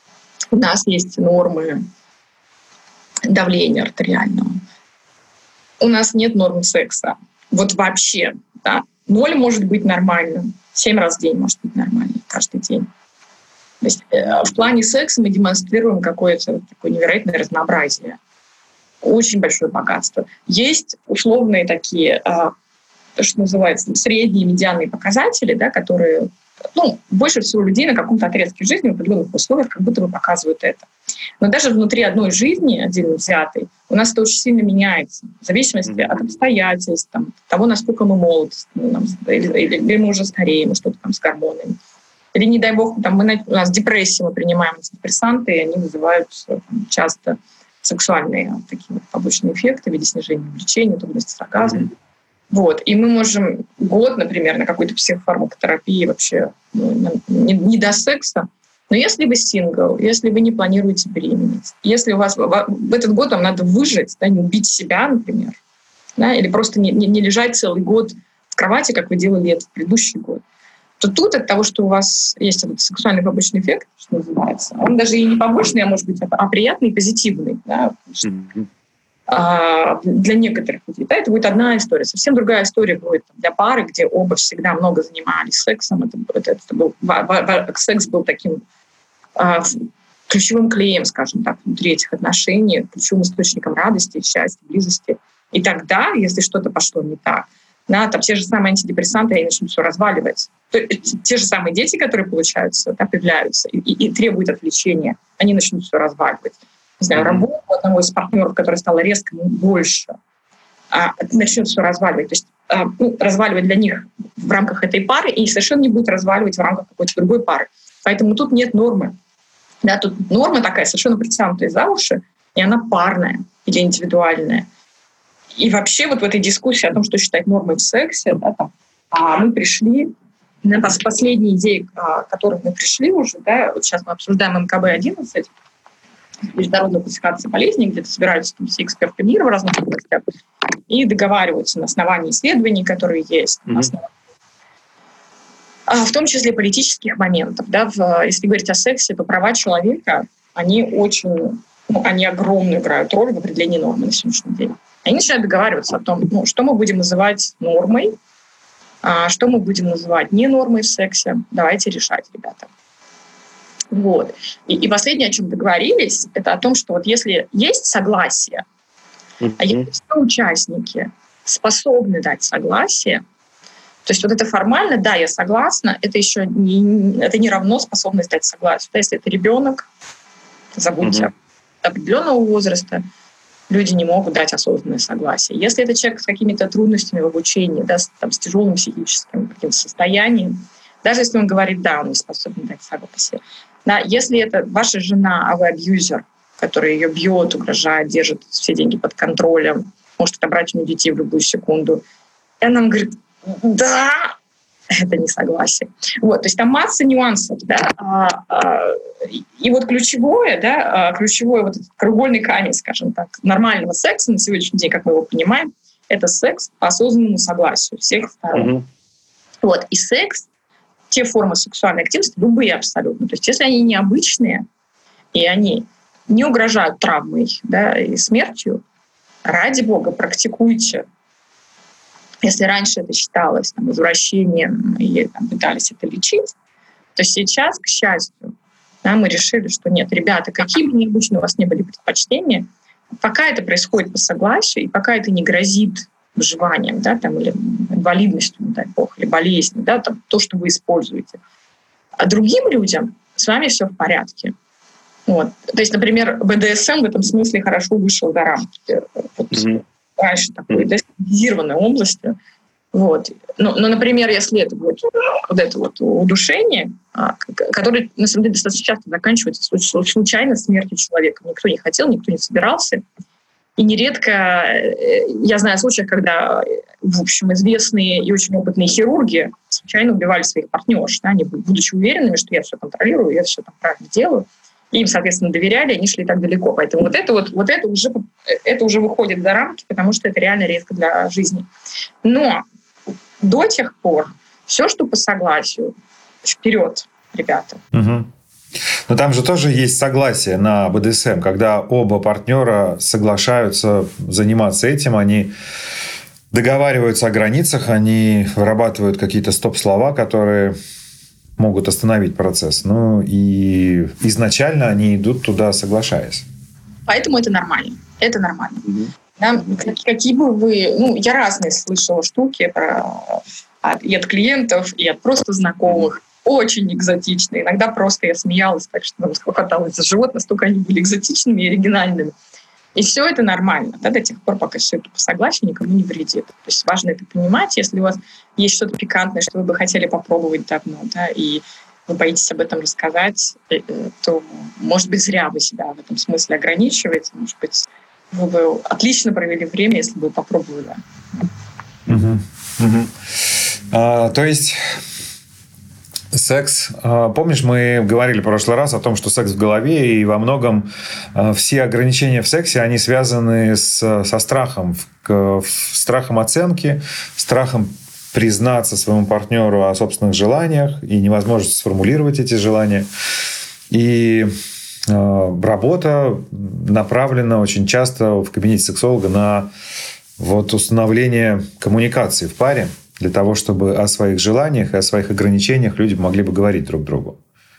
у нас есть нормы давления артериального. У нас нет норм секса. Вот вообще, да. Ноль может быть нормальным, семь раз в день может быть нормальным, каждый день. То есть э, в плане секса мы демонстрируем какое-то такое невероятное разнообразие, очень большое богатство. Есть условные такие, э, то, что называется, средние медианные показатели, да, которые ну, больше всего людей на каком-то отрезке жизни в определенных условиях как будто бы показывают это. Но даже внутри одной жизни, отдельно взятой, у нас это очень сильно меняется в зависимости mm-hmm. от обстоятельств, там, того, насколько мы молоды, ну, или, или, или мы уже стареем, что-то там с гормонами. Или, не дай бог, там, мы, у нас депрессия, мы принимаем антидепрессанты, и они вызывают там, часто сексуальные такие вот побочные эффекты в виде снижения влечения, трудности с оргазмом. Mm-hmm. Вот. И мы можем год, например, на какой-то психофармакотерапии вообще ну, не, не до секса. Но если вы сингл, если вы не планируете беременеть, если у вас в этот год вам надо выжить, да, не убить себя, например, да, или просто не, не, не лежать целый год в кровати, как вы делали это в предыдущий год, то тут от того, что у вас есть этот сексуальный побочный эффект, что называется, он даже и не побочный, а может быть, а приятный и позитивный. Да? Mm-hmm. А для некоторых людей да, это будет одна история. Совсем другая история будет для пары, где оба всегда много занимались сексом. Это, это, это был, секс был таким а, ключевым клеем, скажем так, внутри этих отношений, ключевым источником радости, счастья, близости. И тогда, если что-то пошло не так, да, там те же самые антидепрессанты, они начнут все разваливать. Те же самые дети, которые получаются, да, появляются и, и, и требуют отвлечения, они начнут все разваливать. Не знаю, работу одного из партнеров, которая стала резко больше, а, начнет все разваливать. То есть а, ну, разваливать для них в рамках этой пары и совершенно не будет разваливать в рамках какой-то другой пары. Поэтому тут нет нормы. Да, тут норма такая совершенно притянутая за уши, и она парная или индивидуальная. И вообще вот в этой дискуссии о том, что считать нормой в сексе, да, там, а мы пришли, на последние идеи, к которым мы пришли уже, да, вот сейчас мы обсуждаем эм ка бэ одиннадцать, международную классификацию болезней, где собираются там, все эксперты мира в разных областях и договариваются на основании исследований, которые есть, mm-hmm. на основании, а, в том числе политических моментов. Да, в, если говорить о сексе, то права человека, они очень, ну, они огромную играют роль в определении нормы на сегодняшний день. Они начинают договариваться о том, ну, что мы будем называть нормой, а, что мы будем называть не нормой в сексе. Давайте решать, ребята. Вот. И, и последнее, о чем договорились, это о том, что вот если есть согласие, mm-hmm. а если все участники способны дать согласие, То есть вот это формально, да, я согласна, это еще не, это не равно способность дать согласие. Да, если это ребенок, забудьте mm-hmm. до определенного возраста, люди не могут дать осознанное согласие. Если это человек с какими-то трудностями в обучении, да, с, там, с тяжелым психическим каким-то состоянием, даже если он говорит, да, он не способен дать согласие. Да, если это ваша жена, а вы абьюзер, который ее бьет, угрожает, держит все деньги под контролем, может отобрать у нее детей в любую секунду, и она говорит, да, это не согласие. Вот, то есть там масса нюансов, да, а, а, и вот ключевое, да, а, ключевой вот этот краеугольный камень, скажем так, нормального секса на сегодняшний день, как мы его понимаем, это секс по осознанному согласию всех сторон. Mm-hmm. Вот, и секс, те формы сексуальной активности, любые абсолютно, то есть если они необычные, и они не угрожают травмой, да, и смертью, ради бога, практикуйте. Если раньше это считалось там, извращением и там, пытались это лечить, то сейчас, к счастью, да, мы решили, что нет, ребята, какие бы необычные у вас не были предпочтения, пока это происходит по согласию, и пока это не грозит выживанием, да, там, или инвалидностью, не дай бог, или болезнью, да, там, то, что вы используете. А другим людям с вами все в порядке. Вот. То есть, например, бэ дэ эс эм в этом смысле хорошо вышел за рамки. Вот. Mm-hmm. Раньше такой, да, специализированной области. Вот. Но, но, например, если это будет вот это вот удушение, которое, на самом деле, достаточно часто заканчивается случайно смертью человека. Никто не хотел, никто не собирался. И нередко я знаю случаев, когда, в общем, известные и очень опытные хирурги случайно убивали своих партнерш, да, они, будучи уверенными, что я все контролирую, я все там правильно делаю. Им, соответственно, доверяли, они шли так далеко. Поэтому вот это, вот, вот это, уже, это уже выходит за рамки, потому что это реально риски для жизни. Но до тех пор все, что по согласию, вперед, ребята. Угу. Но там же тоже есть согласие на бэ дэ эс эм, когда оба партнера соглашаются заниматься этим, они договариваются о границах, они вырабатывают какие-то стоп-слова, которые могут остановить процесс. Ну и изначально они идут туда, соглашаясь. Поэтому это нормально. Это нормально. Mm-hmm. Да, какие бы вы... Ну, я разные слышала штуки про, и от клиентов, и от просто знакомых. Очень экзотичные. Иногда просто я смеялась, так что нам хваталось за живот, настолько они были экзотичными и оригинальными. И все это нормально, да, до тех пор, пока все это по согласию никому не вредит. То есть важно это понимать. Если у вас есть что-то пикантное, что вы бы хотели попробовать давно, да, и вы боитесь об этом рассказать, то, может быть, зря вы себя в этом смысле ограничиваете. Может быть, вы бы отлично провели время, если бы попробовали. Угу. Угу. А, то есть... Секс. Помнишь, мы говорили в прошлый раз о том, что секс в голове, и во многом все ограничения в сексе, они связаны с, со страхом, страхом оценки, страхом признаться своему партнеру о собственных желаниях и невозможности сформулировать эти желания. И работа направлена очень часто в кабинете сексолога на вот установление коммуникации в паре, для того, чтобы о своих желаниях и о своих ограничениях люди могли бы говорить друг другу.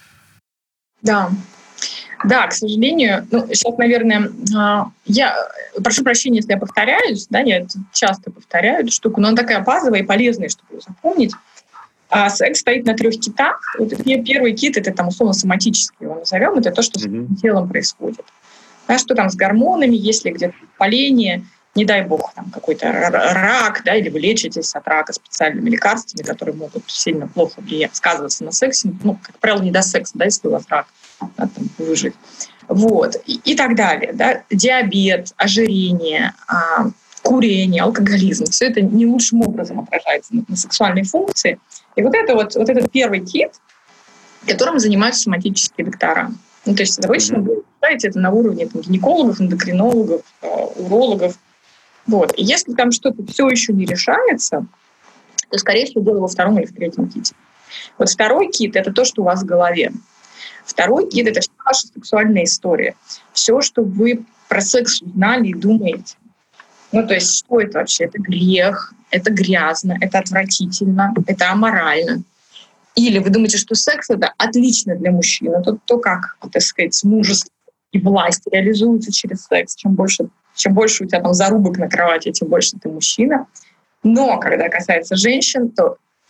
Да. Да, к сожалению, ну, сейчас, наверное, я прошу прощения, если я повторяюсь, да, я часто повторяю эту штуку, но она такая базовая и полезная, чтобы ее запомнить. А секс стоит на трех китах. Вот первый кит — это там условно соматический, его назовем, это то, что mm-hmm. с телом происходит. Да, что там с гормонами, есть ли где-то воспаление, не дай бог, там какой-то рак, да, или вы лечитесь от рака специальными лекарствами, которые могут сильно плохо влиять, сказываться на сексе. Ну, как правило, не до секса, да, если у вас рак, да, там, выжить. Вот. И, и так далее. Да. Диабет, ожирение, а, курение, алкоголизм. Все это не лучшим образом отражается на, на сексуальной функции. И вот, это вот, вот этот первый кит, которым занимаются соматические доктора. Ну, то есть обычно вы считаете это на уровне там, гинекологов, эндокринологов, э, урологов. Вот. И если там что-то все еще не решается, то, скорее всего, дело во втором или в третьем ките. Вот второй кит — это то, что у вас в голове. Второй кит — это вся ваша сексуальная история. Все, что вы про секс узнали и думаете. Ну, то есть, что это вообще? Это грех, это грязно, это отвратительно, это аморально. Или вы думаете, что секс — это отлично для мужчины. То, то как, так сказать, мужество и власть реализуются через секс. Чем больше Чем больше у тебя там зарубок на кровати, тем больше ты мужчина. Но когда касается женщин, то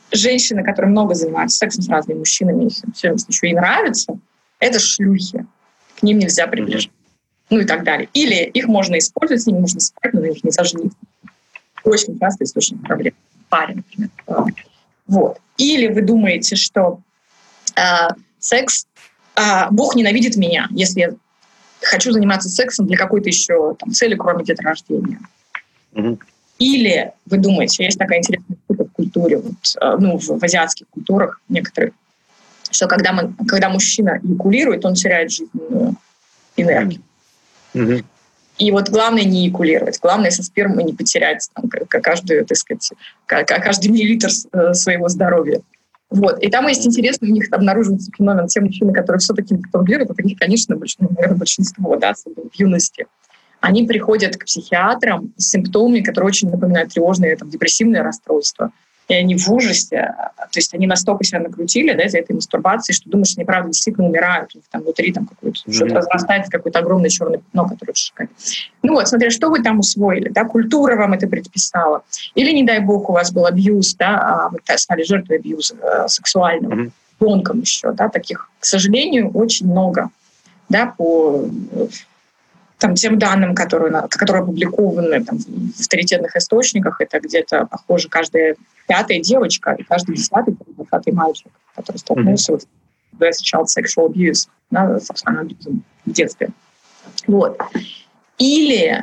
женщины, которые много занимаются сексом с разными мужчинами, и все еще и нравится, это шлюхи. К ним нельзя приближаться. Ну и так далее. Или их можно использовать, с ними можно спать, но на них нельзя жениться. Очень часто источник проблем. Парень, например. Вот. Или вы думаете, что э, секс... Э, Бог ненавидит меня, если я хочу заниматься сексом для какой-то еще там, цели, кроме деторождения. Mm-hmm. Или вы думаете, есть такая интересная штука в культуре, вот, э, ну, в, в азиатских культурах некоторых, что когда, мы, когда мужчина эякулирует, он теряет жизненную энергию. Mm-hmm. И вот главное не эякулировать, главное со спермой не потерять там, каждую, так сказать, каждый миллилитр своего здоровья. Вот. И там есть интересно, у них обнаруживается феномен, те мужчины, которые все-таки эякулируют, это, конечно, большинство, наверное, большинство, да, в юности, они приходят к психиатрам с симптомами, которые очень напоминают тревожные, там, депрессивные расстройства. И они в ужасе, то есть они настолько себя накрутили, да, из-за этой мастурбации, что думаешь, что они правда действительно умирают, у них там внутри там какое-то, mm-hmm. что-то разрастается, какое-то огромное черное пятно, которое шикает. Ну вот, смотря, что вы там усвоили, да, культура вам это предписала, или, не дай бог, у вас был абьюз, да, а вы стали жертвой абьюза э, сексуального, mm-hmm. ребенком еще, да, таких, к сожалению, очень много, да, по там, тем данным, которые, которые опубликованы там, в авторитетных источниках, это где-то, похоже, каждая пятая девочка и каждый десятый, двадцатый мальчик, который столкнулся mm-hmm. with child sexual abuse, да, сексуальным абьюзом в детстве. Вот. Или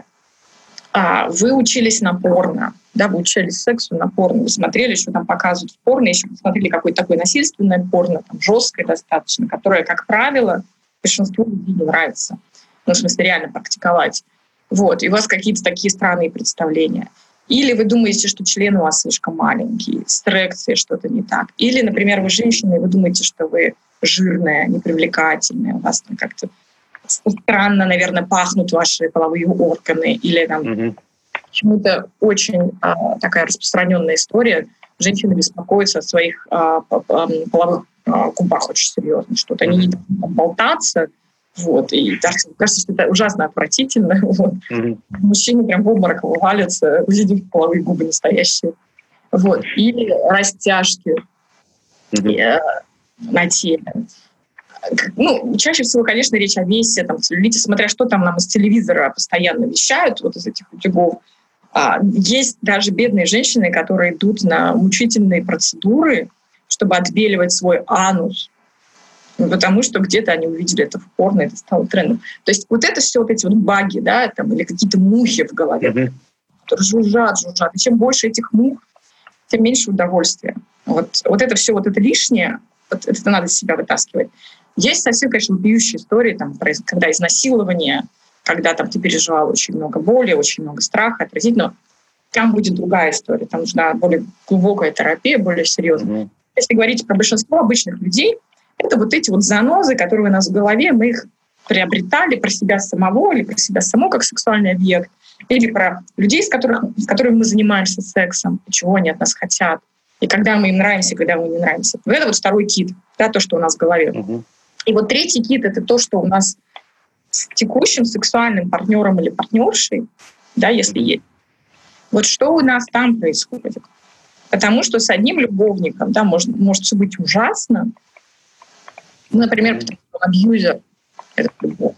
а, вы учились на порно, да, вы учились сексу на порно, вы смотрели, что там показывают в порно, еще посмотрели какое-то такое насильственное порно, там, жесткое достаточно, которое, как правило, большинству людей не нравится. Ну, в смысле, реально практиковать. Вот. И у вас какие-то такие странные представления. Или вы думаете, что член у вас слишком маленький, с эрекцией что-то не так. Или, например, вы женщина, и вы думаете, что вы жирная, непривлекательная, у вас там как-то странно, наверное, пахнут ваши половые органы. Или там mm-hmm. почему-то очень а, такая распространенная история. Женщины беспокоятся о своих а, половых а, губах очень серьезно. Что-то они не должны болтаться. Вот, и кажется, кажется, что это ужасно отвратительно. Вот. Mm-hmm. Мужчины прям в обморок валятся, увидев половые губы настоящие. Вот. Или растяжки mm-hmm. э, на теле. Ну, чаще всего, конечно, речь о весе, там, целлюлите, смотря что там нам из телевизора постоянно вещают, вот из этих утюгов. А, есть даже бедные женщины, которые идут на мучительные процедуры, чтобы отбеливать свой анус, потому что где-то они увидели это в порно, это стало трендом. То есть вот это все, вот эти вот баги, да, там, или какие-то мухи в голове, mm-hmm. которые жужжат, жужжат. И чем больше этих мух, тем меньше удовольствия. Вот, вот это все, вот это лишнее, вот это надо из себя вытаскивать. Есть совсем, конечно, вопиющие истории, там, когда изнасилование, когда там, ты переживал очень много боли, очень много страха, отразить, но там будет другая история, там нужна более глубокая терапия, более серьезная. Mm-hmm. Если говорить про большинство обычных людей, это вот эти вот занозы, которые у нас в голове, мы их приобретали про себя самого или про себя саму как сексуальный объект, или про людей, с, которых, с которыми мы занимаемся сексом, и чего они от нас хотят, и когда мы им нравимся, и когда мы им не нравимся. Вот это вот второй кит, да, то, что у нас в голове. Uh-huh. И вот третий кит — это то, что у нас с текущим сексуальным партнером или партнершей, да, если есть. Вот что у нас там происходит. Потому что с одним любовником, да, может, может все быть ужасно. Ну, например, потому что абьюзер — это любовь.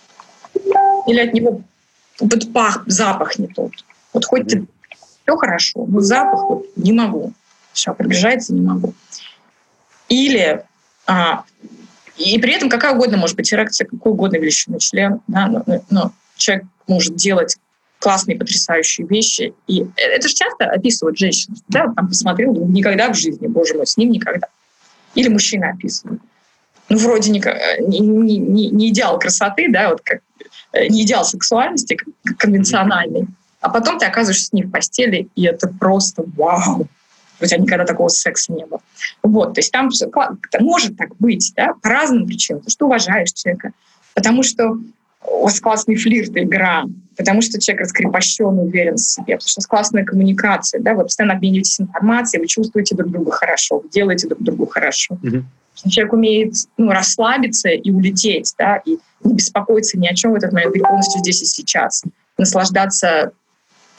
Или от него вот пах, запах не тот. Вот хоть mm-hmm. все хорошо, но запах вот не могу. Все, приближается, не могу. Или... А, и при этом какая угодно может быть эрекция, какой угодно величины член. Да, но, но человек может делать классные, потрясающие вещи. И это же часто описывают женщины. Да, там посмотрел, думаю, никогда в жизни, боже мой, с ним никогда. Или мужчины описывают. Ну, вроде не, не, не, не идеал красоты, да, вот как не идеал сексуальности конвенциональный. А потом ты оказываешься с ним в постели, и это просто вау. У тебя никогда такого секса не было. Вот, то есть там может так быть, да, по разным причинам. Потому что уважаешь человека, потому что у вас классный флирт и игра, потому что человек раскрепощен, уверен в себе, потому что у вас классная коммуникация, да, вы постоянно обмениваетесь информацией, вы чувствуете друг друга хорошо, вы делаете друг другу хорошо. Mm-hmm. Человек умеет, ну, расслабиться и улететь, да, и не беспокоиться ни о чем в этот момент, быть полностью здесь и сейчас, наслаждаться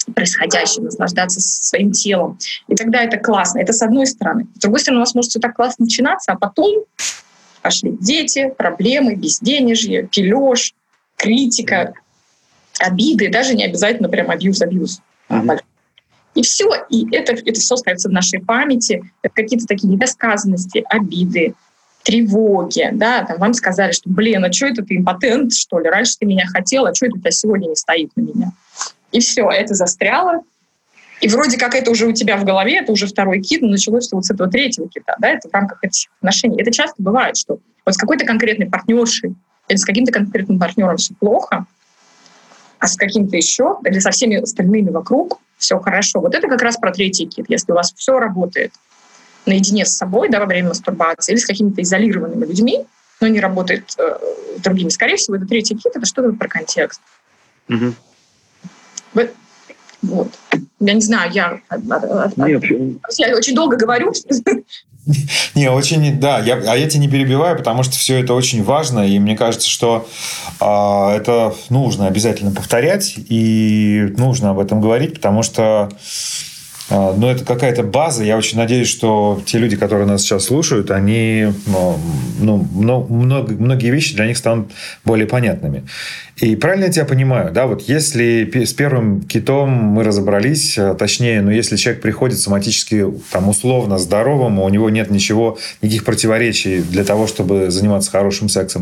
происходящим, наслаждаться своим телом. И тогда это классно. Это с одной стороны. С другой стороны, у вас может все так классно начинаться, а потом пошли дети, проблемы, безденежье, пилёж, критика, обиды, даже не обязательно прям абьюз-абьюз. Mm-hmm. И все, и это, это все остается в нашей памяти. Это какие-то такие недосказанности, обиды, тревоги. Да? Там вам сказали, что, блин, а что это ты импотент, что ли? Раньше ты меня хотел, а что это у тебя сегодня не стоит на меня? И все, это застряло. И вроде как это уже у тебя в голове, это уже второй кит, но началось вот с этого третьего кита. Да? Это в рамках этих отношений. Это часто бывает, что вот с какой-то конкретной партнершей или с каким-то конкретным партнером все плохо, а с каким-то еще, или со всеми остальными вокруг все хорошо. Вот это как раз про третий кит. Если у вас все работает наедине с собой, да, во время мастурбации, или с какими-то изолированными людьми, но не работает э, с другими, скорее всего, это третий кит, это что-то про контекст. Угу. Вот. Вот. Я не знаю, я, Нет, я очень долго говорю. Не, очень, да, я, а я тебя не перебиваю, потому что все это очень важно, и мне кажется, что э, это нужно обязательно повторять, и нужно об этом говорить, потому что э, ну, это какая-то база. Я очень надеюсь, что те люди, которые нас сейчас слушают, они, ну, много, многие вещи для них станут более понятными. И правильно я тебя понимаю, да, вот если с первым китом мы разобрались, точнее, ну, если человек приходит соматически, там, условно здоровым, у него нет ничего, никаких противоречий для того, чтобы заниматься хорошим сексом,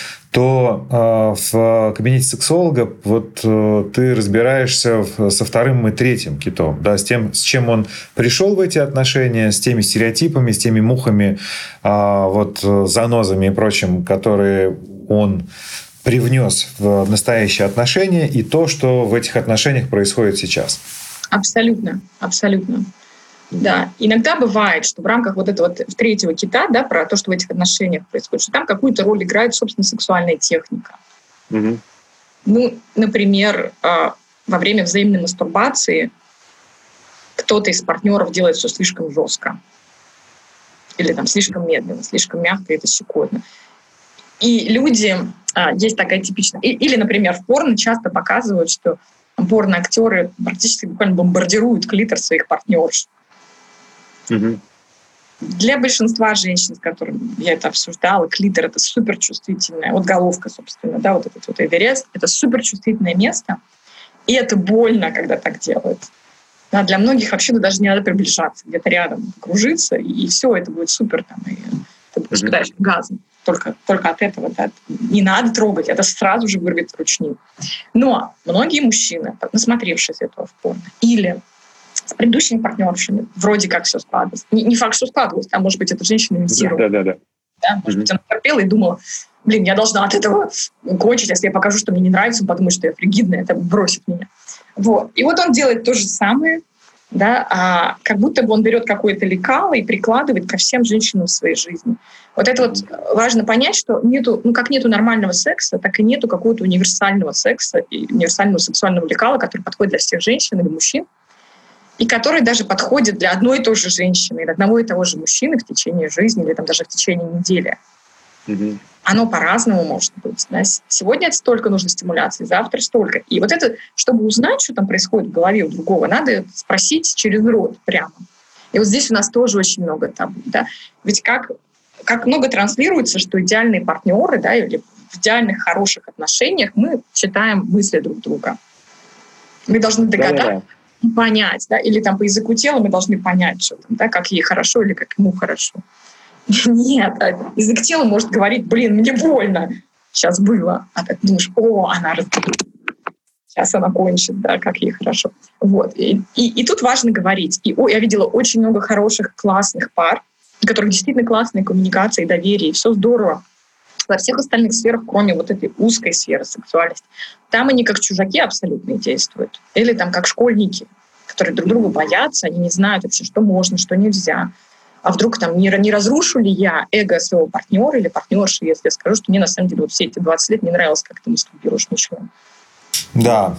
то э, в кабинете сексолога вот э, ты разбираешься в, со вторым и третьим китом, да, с тем, с чем он пришел в эти отношения, с теми стереотипами, с теми мухами, э, вот, занозами и прочим, которые он привнес в настоящие отношения, и то, что в этих отношениях происходит сейчас. Абсолютно, абсолютно. Да, иногда бывает, что в рамках вот этого третьего кита, да, про то, что в этих отношениях происходит, что там какую-то роль играет, собственно, сексуальная техника. Угу. Ну, например, во время взаимной мастурбации кто-то из партнеров делает все слишком жестко. Или там слишком медленно, слишком мягко, это щекотно. И люди... Есть такая типичная... Или, например, в порно часто показывают, что порно-актеры практически буквально бомбардируют клитор своих партнерш. Угу. Для большинства женщин, с которыми я это обсуждала, клитор — это суперчувствительное. Вот головка, собственно, да, вот этот вот Эверест — это суперчувствительное место. И это больно, когда так делают. Да, для многих вообще даже не надо приближаться, где-то рядом кружиться, и все, это будет супер. Там, и ты будешь питаешь газом. Только, только от этого, да, не надо трогать, это сразу же вырвет ручник. Но многие мужчины, насмотревшись этого в порно, или с предыдущими партнершами, вроде как все складывалось. Не, не факт, что складывалось, а может быть, эта женщина имитировала. Да, да, да. Да, может быть, она терпела и думала, блин, я должна от этого кончить, если я покажу, что мне не нравится, он подумает, что я фригидная, это бросит меня. Вот. И вот он делает то же самое, да, а как будто бы он берет какое-то лекало и прикладывает ко всем женщинам в своей жизни. Вот это вот важно понять, что нету, ну, как нету нормального секса, так и нету какого-то универсального секса и универсального сексуального лекала, который подходит для всех женщин или мужчин, и который даже подходит для одной и той же женщины или одного и того же мужчины в течение жизни или там, даже в течение недели. Mm-hmm. Оно по-разному может быть. Да? Сегодня это столько нужно стимуляции, завтра столько. И вот это, чтобы узнать, что там происходит в голове у другого, надо спросить через рот прямо. И вот здесь у нас тоже очень много табу. Да? Ведь как, как много транслируется, что идеальные партнеры, да, или в идеальных хороших отношениях мы читаем мысли друг друга. Мы должны догадаться, да-да-да. понять, да, или там по языку тела мы должны понять, что там, да, как ей хорошо или как ему хорошо. Нет, язык тела может говорить, блин, мне больно, сейчас было. А ты думаешь, о, она разберет. Сейчас она кончит, да, как ей хорошо. Вот. И, и, и тут важно говорить. И о, я видела очень много хороших, классных пар, у которых действительно классная коммуникация и доверие, и все здорово. Во всех остальных сферах, кроме вот этой узкой сферы сексуальности, там они как чужаки абсолютно действуют. Или там как школьники, которые друг друга боятся, они не знают вообще, что можно, что нельзя. А вдруг там не, не разрушу ли я эго своего партнера или партнерши, если я скажу, что мне на самом деле вот все эти двадцать лет не нравилось, как ты мастурбируешь, ничего. Да.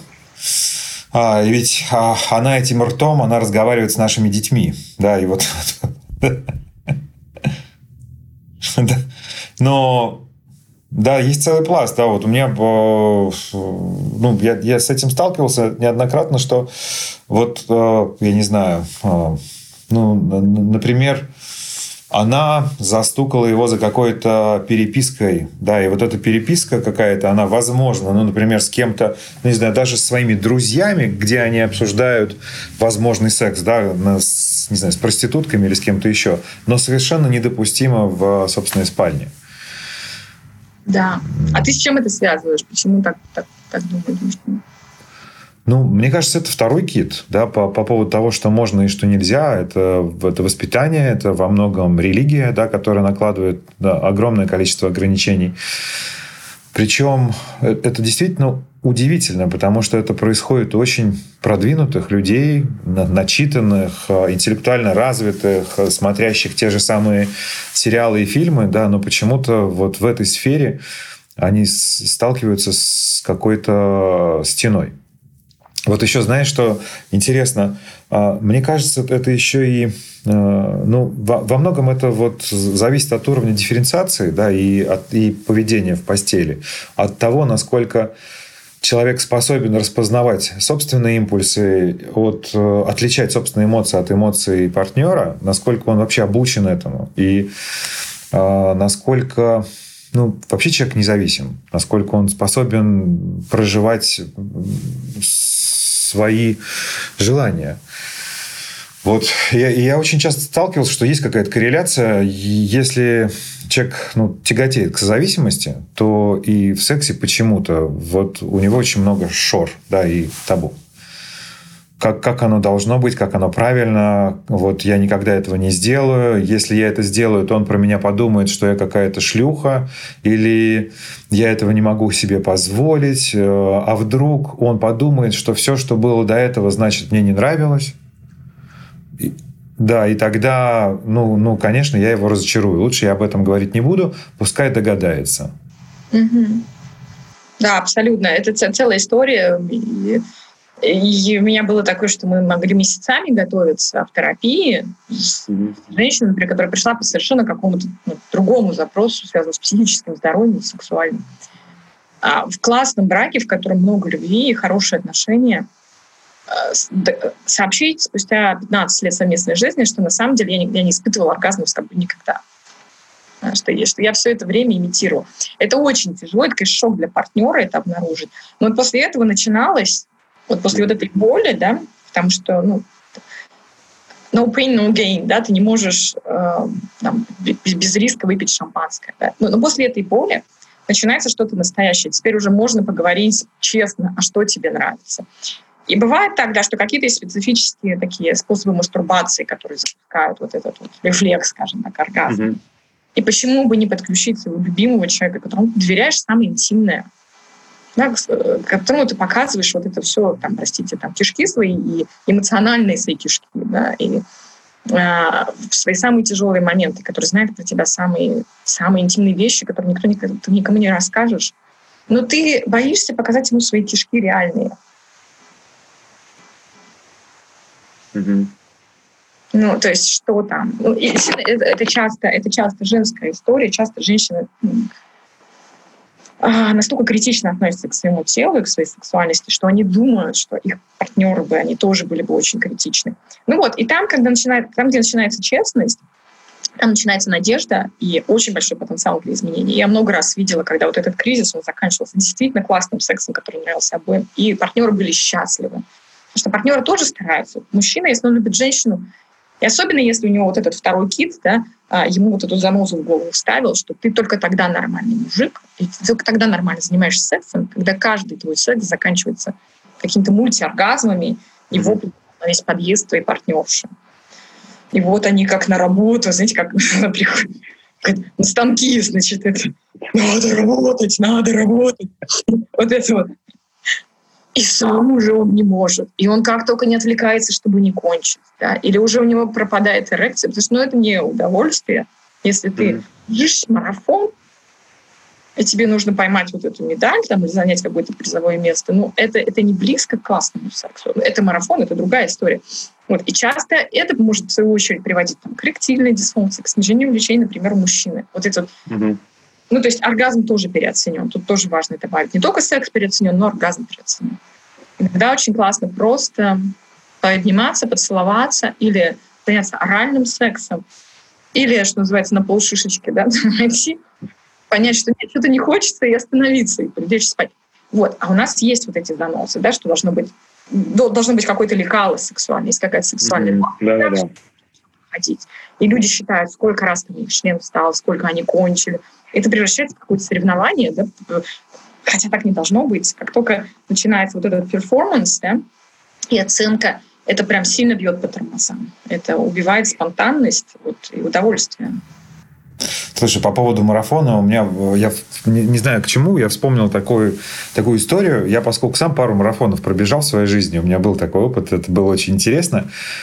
А, и ведь а, она этим ртом, она разговаривает с нашими детьми. Да, и вот... Но Да, есть целый пласт. Да, вот у меня, ну, я, я с этим сталкивался неоднократно, что вот, я не знаю, ну, например, она застукала его за какой-то перепиской, да, и вот эта переписка какая-то, она возможна, ну, например, с кем-то, ну, не знаю, даже с своими друзьями, где они обсуждают возможный секс, да, с, не знаю, с проститутками или с кем-то еще, но совершенно недопустимо в собственной спальне. Да. А ты с чем это связываешь? Почему так, так, так думаешь? Ну, мне кажется, это второй кит, да, по, по поводу того, что можно и что нельзя. Это, это воспитание, это во многом религия, да, которая накладывает, да, огромное количество ограничений. Причем это действительно удивительно, потому что это происходит у очень продвинутых людей, начитанных, интеллектуально развитых, смотрящих те же самые сериалы и фильмы, да, но почему-то вот в этой сфере они сталкиваются с какой-то стеной. Вот еще, знаешь, что интересно, мне кажется, это еще и, ну, во многом это вот зависит от уровня дифференциации, да, и, от, и поведения в постели, от того, насколько человек способен распознавать собственные импульсы, от, отличать собственные эмоции от эмоций партнера, насколько он вообще обучен этому, и насколько... Ну, вообще человек независим, насколько он способен проживать свои желания. Вот. Я, я очень часто сталкивался, что есть какая-то корреляция. Если человек, ну, тяготеет к созависимости, то и в сексе почему-то вот у него очень много шор, да, и табу. Как, как оно должно быть, как оно правильно. Вот я никогда этого не сделаю. Если я это сделаю, то он про меня подумает, что я какая-то шлюха. Или я этого не могу себе позволить. А вдруг он подумает, что все, что было до этого, значит, мне не нравилось. И, да, и тогда, ну, ну, конечно, я его разочарую. Лучше я об этом говорить не буду. Пускай догадается. Угу. Да, абсолютно. Это целая история. И у меня было такое, что мы могли месяцами готовиться в терапии с женщиной, например, которая пришла по совершенно какому-то, ну, другому запросу, связанному с психическим здоровьем, сексуальным. А в классном браке, в котором много любви и хорошие отношения, сообщить спустя пятнадцать лет совместной жизни, что на самом деле я не, я не испытывала оргазмов с тобой никогда. Что я, что я все это время имитировала. Это очень тяжело, это, конечно, шок для партнера это обнаружить. Но после этого начиналось Вот после вот этой боли, да, потому что, ну, no pain, no gain, да, ты не можешь э, там, без, без риска выпить шампанское. Да. Но, но после этой боли начинается что-то настоящее. Теперь уже можно поговорить честно, а что тебе нравится. И бывает так, да, что какие-то специфические такие способы мастурбации, которые запускают вот этот вот рефлекс, скажем так, оргазм. Mm-hmm. И почему бы не подключить своего любимого человека, которому ты доверяешь самое интимное, да, которому ты показываешь вот это все, там, простите, там, кишки свои и эмоциональные свои кишки, да, и э, в свои самые тяжелые моменты, который знает про тебя самые, самые интимные вещи, которые никто никогда, ты никому не расскажешь. Но ты боишься показать ему свои кишки реальные. Mm-hmm. Ну, то есть что там? Ну, и это, это, часто, это часто женская история, часто женщины настолько критично относятся к своему телу и к своей сексуальности, что они думают, что их партнеры бы, они тоже были бы очень критичны. Ну вот, и там, когда начинает, там, где начинается честность, там начинается надежда и очень большой потенциал для изменений. Я много раз видела, когда вот этот кризис, он заканчивался действительно классным сексом, который нравился обоим, и партнеры были счастливы. Потому что партнеры тоже стараются. Мужчина, если он любит женщину, и особенно если у него вот этот второй кит, да, ему вот эту занозу в голову вставил, что ты только тогда нормальный мужик, и ты только тогда нормально занимаешься сексом, когда каждый твой секс заканчивается какими-то мультиоргазмами и воплем на весь подъезд твоей партнерши. И вот они как на работу, знаете, как она приходит на станки, значит, это надо работать, надо работать. Вот это вот. И сам уже он не может. И он как только не отвлекается, чтобы не кончить. Да? Или уже у него пропадает эрекция. Потому что ну, это не удовольствие. Если ты ешь марафон, и тебе нужно поймать вот эту медаль там, или занять какое-то призовое место, ну, это, это не близко к классному сексу. Это марафон, это другая история. Вот. И часто это может, в свою очередь, приводить там, к эректильной дисфункции, к снижению влечения, например, у мужчины. Вот это вот. Mm-hmm. Ну, то есть оргазм тоже переоценен. Тут тоже важно добавить. Не только секс переоценен, но оргазм переоценен. Иногда очень классно просто пообниматься, поцеловаться или заняться оральным сексом. Или, что называется, на полшишечки, да, найти, понять, что нет, что-то не хочется, и остановиться, и лечь спать. Вот. А у нас есть вот эти заносы, да, что должно быть, должно быть какое-то лекало сексуальное, есть какая-то сексуальная mm-hmm. да, да, да. ходить. И люди считают, сколько раз там их член встал, сколько они кончили. Это превращается в какое-то соревнование, да, хотя так не должно быть. Как только начинается вот этот перформанс, да, и оценка, это прям сильно бьет по тормозам. Это убивает спонтанность вот, и удовольствие. Слушай, по поводу марафона, у меня, я не, не знаю к чему, я вспомнил такую, такую историю. Я, поскольку сам пару марафонов пробежал в своей жизни, у меня был такой опыт, это было очень интересно.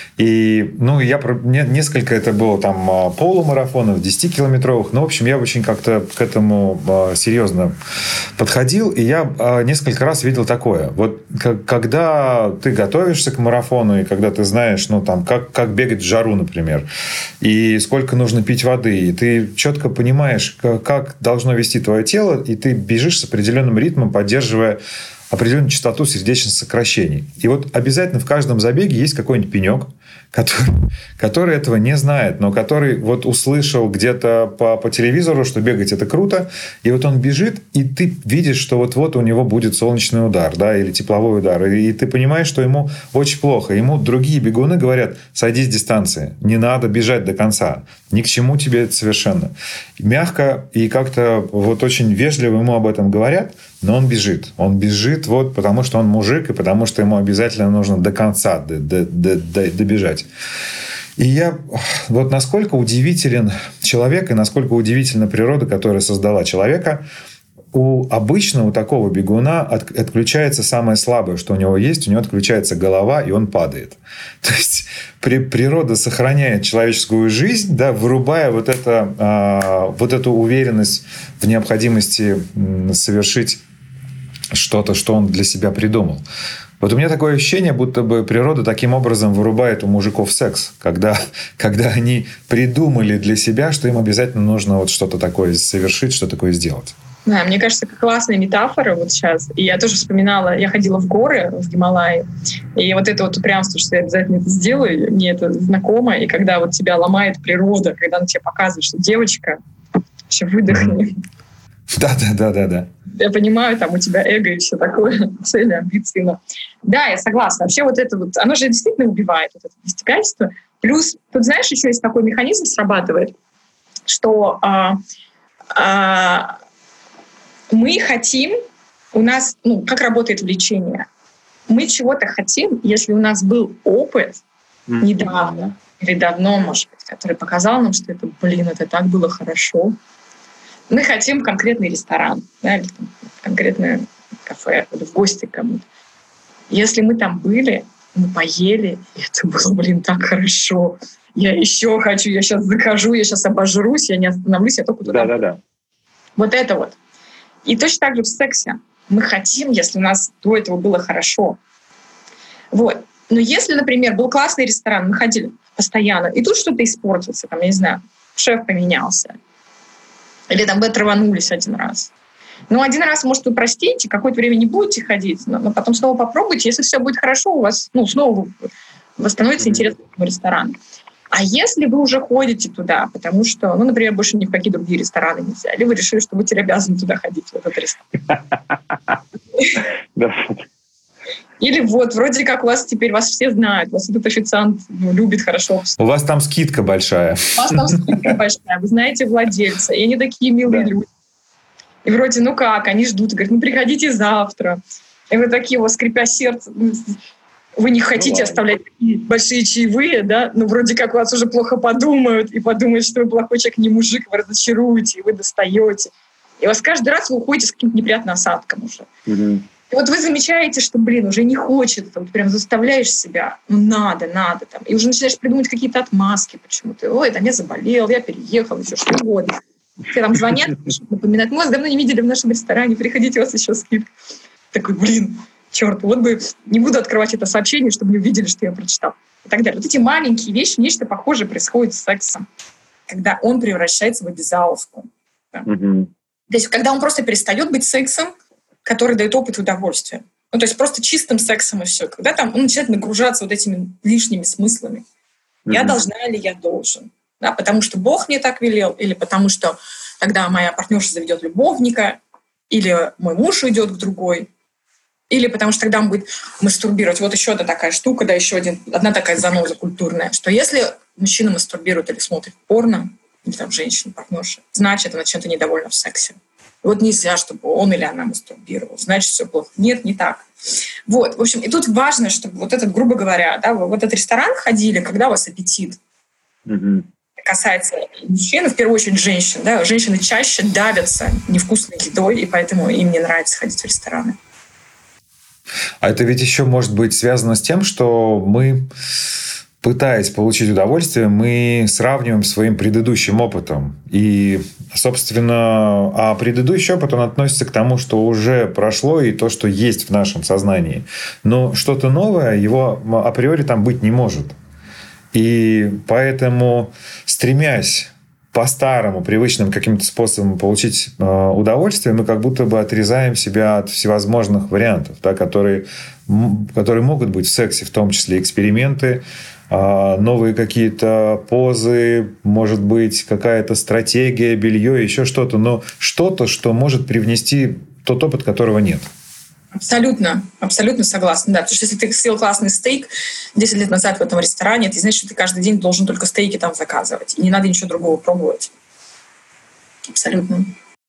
И, ну, я, несколько это было там полумарафонов, десятикилометровых. Ну, в общем, я очень как-то к этому серьезно подходил. И я несколько раз видел такое. Вот когда ты готовишься к марафону, и когда ты знаешь, ну, там, как, как бегать в жару, например, и сколько нужно пить воды, и ты четко понимаешь, как должно вести твое тело, и ты бежишь с определенным ритмом, поддерживая определенную частоту сердечных сокращений. И вот обязательно в каждом забеге есть какой-нибудь пенек, который, который этого не знает, но который вот услышал где-то по, по телевизору, что бегать это круто, и вот он бежит, и ты видишь, что вот-вот у него будет солнечный удар, да, или тепловой удар, и, и ты понимаешь, что ему очень плохо. Ему другие бегуны говорят: сойди с дистанции, не надо бежать до конца, ни к чему тебе это совершенно. Мягко и как-то вот очень вежливо ему об этом говорят, но он бежит. Он бежит вот потому, что он мужик, и потому, что ему обязательно нужно до конца добежать. И я... Вот насколько удивителен человек, и насколько удивительна природа, которая создала человека. У обычного такого бегуна от, отключается самое слабое, что у него есть. У него отключается голова, и он падает. То есть при, природа сохраняет человеческую жизнь, да, вырубая вот, это, а, вот эту уверенность в необходимости совершить что-то, что он для себя придумал. Вот у меня такое ощущение, будто бы природа таким образом вырубает у мужиков секс, когда, когда они придумали для себя, что им обязательно нужно вот что-то такое совершить, что такое сделать. Да, мне кажется, это классная метафора вот сейчас. И я тоже вспоминала, я ходила в горы в Гималайи, и вот это вот упрямство, что я обязательно это сделаю, мне это знакомо. И когда вот тебя ломает природа, когда она тебе показывает, что девочка, вообще выдохни. Да-да-да-да-да. Я понимаю, там у тебя эго и все такое, цели, амбиции. Но... Да, я согласна. Вообще вот это вот, оно же действительно убивает вот это достигательство. Плюс, тут знаешь, еще есть такой механизм срабатывает, что а, а, мы хотим, у нас, ну, как работает влечение? Мы чего-то хотим, если у нас был опыт mm-hmm. недавно или давно, может быть, который показал нам, что это, блин, это так было хорошо. Мы хотим конкретный ресторан, да, или там, конкретное кафе, или в гости к кому-то. Если мы там были, мы поели, и это было, блин, так хорошо. Я еще хочу, я сейчас закажу, я сейчас обожрусь, я не остановлюсь, я только туда. Да-да-да. Вот это вот. И точно так же в сексе. Мы хотим, если у нас до этого было хорошо. Вот. Но если, например, был классный ресторан, мы ходили постоянно, и тут что-то испортился, там, я не знаю, шеф поменялся, или там вы траванулись один раз. Ну, один раз, может, вы простите, какое-то время не будете ходить, но, но потом снова попробуйте. Если все будет хорошо, у вас, ну, снова восстановится интерес к этому ресторану. А если вы уже ходите туда, потому что, ну, например, больше ни в какие другие рестораны нельзя, или вы решили, что вы теперь обязаны туда ходить, в этот ресторан. Или вот, вроде как у вас теперь, вас все знают, вас этот официант ну, любит хорошо. У вас там скидка большая. У вас там скидка большая, вы знаете владельца, и они такие милые да. люди. И вроде, ну как, они ждут, говорят, ну приходите завтра. И вы такие, вот, скрипя сердце, вы не хотите ну, оставлять такие большие чаевые, да, ну вроде как вас уже плохо подумают, и подумают, что вы плохой человек, не мужик, вы разочаруете, и вы достаете. И у вас каждый раз вы уходите с каким-то неприятным осадком уже. Угу. И вот вы замечаете, что, блин, уже не хочется, вот прям заставляешь себя, ну надо, надо, там, и уже начинаешь придумывать какие-то отмазки почему-то. Ой, там я заболел, я переехал, еще что угодно. Все там звонят, напоминают, мы вас давно не видели в нашем ресторане, приходите, у вас еще скидка. Такой, блин, черт, вот бы не буду открывать это сообщение, чтобы не увидели, что я прочитал. И так далее. Вот эти маленькие вещи, нечто похожее происходит с сексом, когда он превращается в обязаловку. Да. Mm-hmm. То есть когда он просто перестает быть сексом, который дает опыт удовольствия. Ну, то есть просто чистым сексом и все. Когда там он начинает нагружаться вот этими лишними смыслами. Mm-hmm. Я должна или я должен? Да, потому что Бог мне так велел, или потому что тогда моя партнерша заведет любовника, или мой муж уйдет к другой, или потому что тогда он будет мастурбировать. Вот еще одна такая штука, да, еще один, одна такая заноза культурная, что если мужчина мастурбирует или смотрит порно, или там женщина, партнерша, значит, она чем-то недовольна в сексе. Вот нельзя, чтобы он или она мастурбировал. Значит, все плохо. Нет, не так. Вот, в общем, и тут важно, чтобы вот этот, грубо говоря, да, вы в этот ресторан ходили, когда у вас аппетит. Mm-hmm. Касается мужчин, в первую очередь женщин. Да, женщины чаще давятся невкусной едой, и поэтому им не нравится ходить в рестораны. А это ведь еще может быть связано с тем, что мы, пытаясь получить удовольствие, мы сравниваем своим предыдущим опытом. И, собственно, а предыдущий опыт, он относится к тому, что уже прошло, и то, что есть в нашем сознании. Но что-то новое, его априори там быть не может. И поэтому, стремясь по-старому, привычным каким-то способом получить э, удовольствие, мы как будто бы отрезаем себя от всевозможных вариантов, да, которые, м- которые могут быть в сексе, в том числе эксперименты, э, новые какие-то позы, может быть, какая-то стратегия, белье, еще что-то, но что-то, что может привнести тот опыт, которого нет. Абсолютно, абсолютно согласна, да. Потому что если ты съел классный стейк десять лет назад в этом ресторане, это значит, что ты каждый день должен только стейки там заказывать. И не надо ничего другого пробовать. Абсолютно.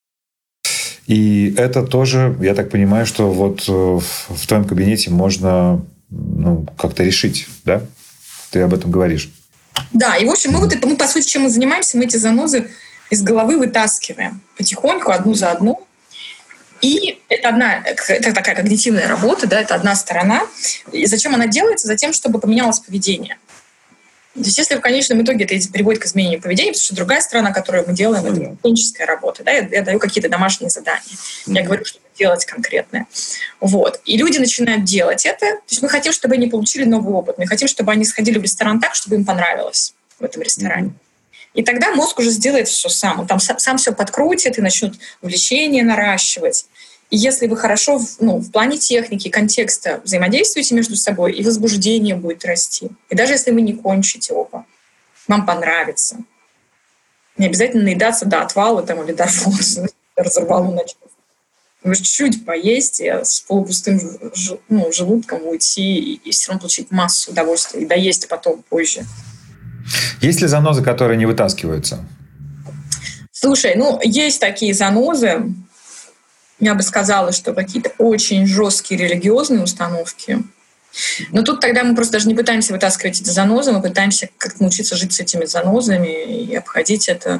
И это тоже, я так понимаю, что вот в твоем кабинете можно, ну, как-то решить, да? Ты об этом говоришь. Да, и в общем, мы вот это, мы, по сути, чем мы занимаемся, мы эти занозы из головы вытаскиваем потихоньку, одну за одну. И это одна, это такая когнитивная работа, да, это одна сторона. И зачем она делается? Затем, чтобы поменялось поведение. То есть если в конечном итоге это приводит к изменению поведения, потому что другая сторона, которую мы делаем, это клиническая работа. Да? Я, я даю какие-то домашние задания. Я говорю, что делать конкретное. Вот. И люди начинают делать это. То есть мы хотим, чтобы они получили новый опыт. Мы хотим, чтобы они сходили в ресторан так, чтобы им понравилось в этом ресторане. И тогда мозг уже сделает все сам. Он там сам все подкрутит и начнет увлечение наращивать. И если вы хорошо ну, в плане техники, контекста взаимодействуете между собой, и возбуждение будет расти. И даже если вы не кончите оба, вам понравится. Не обязательно наедаться до отвала там, или до рвоты, разорвало начать. Вы чуть-чуть поесть и с полупустым ну, желудком уйти и, и все равно получить массу удовольствия. И доесть потом позже. Есть ли занозы, которые не вытаскиваются? Слушай, ну, есть такие занозы. Я бы сказала, что какие-то очень жесткие религиозные установки. Но тут тогда мы просто даже не пытаемся вытаскивать эти занозы, мы пытаемся как-то научиться жить с этими занозами и обходить это.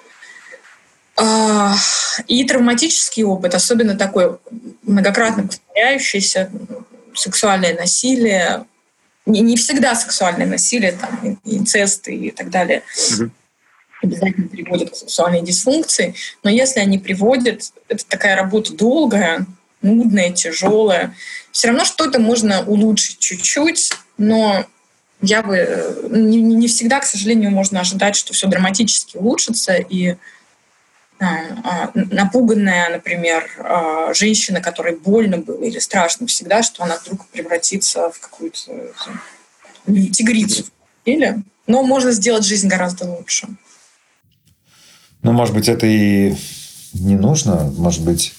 И травматический опыт, особенно такой многократно повторяющийся, сексуальное насилие, Не, не всегда сексуальное насилие, там, инцест и так далее, mm-hmm. обязательно приводят к сексуальной дисфункции. Но если они приводят, это такая работа долгая, нудная, тяжелая. Все равно что-то можно улучшить чуть-чуть, но я бы не, не всегда, к сожалению, можно ожидать, что все драматически улучшится. И а, напуганная, например, а, женщина, которой больно было или страшно всегда, что она вдруг превратится в какую-то тигрицу. Или, но можно сделать жизнь гораздо лучше. Ну, может быть, это и не нужно. Может быть,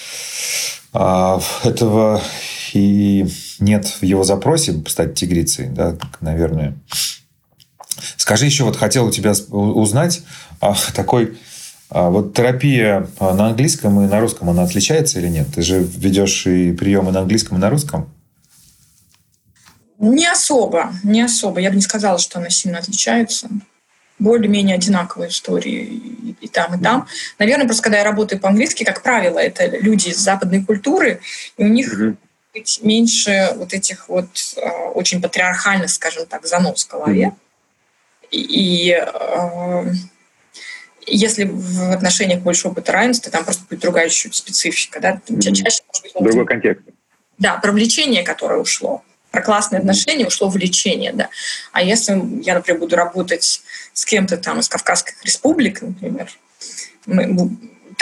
этого и нет в его запросе стать тигрицей, да, наверное. Скажи еще, вот хотел у тебя узнать такой... Вот терапия на английском и на русском, она отличается или нет? Ты же ведешь и приемы на английском и на русском? Не особо, не особо. Я бы не сказала, что она сильно отличается. Более-менее одинаковые истории и, и там, и там. Наверное, просто когда я работаю по-английски, как правило, это люди из западной культуры, и у них mm-hmm. быть меньше вот этих вот э, очень патриархальных, скажем так, занос в голове. Mm-hmm. И... и э, если в отношениях больше опыта равенства, там просто будет другая чуть-чуть специфика. Да? Mm-hmm. Чаще, может быть, другой контекст. Да, про влечение, которое ушло. Про классные отношения ушло влечение. Да. А если я, например, буду работать с кем-то там из Кавказских республик, например, мы,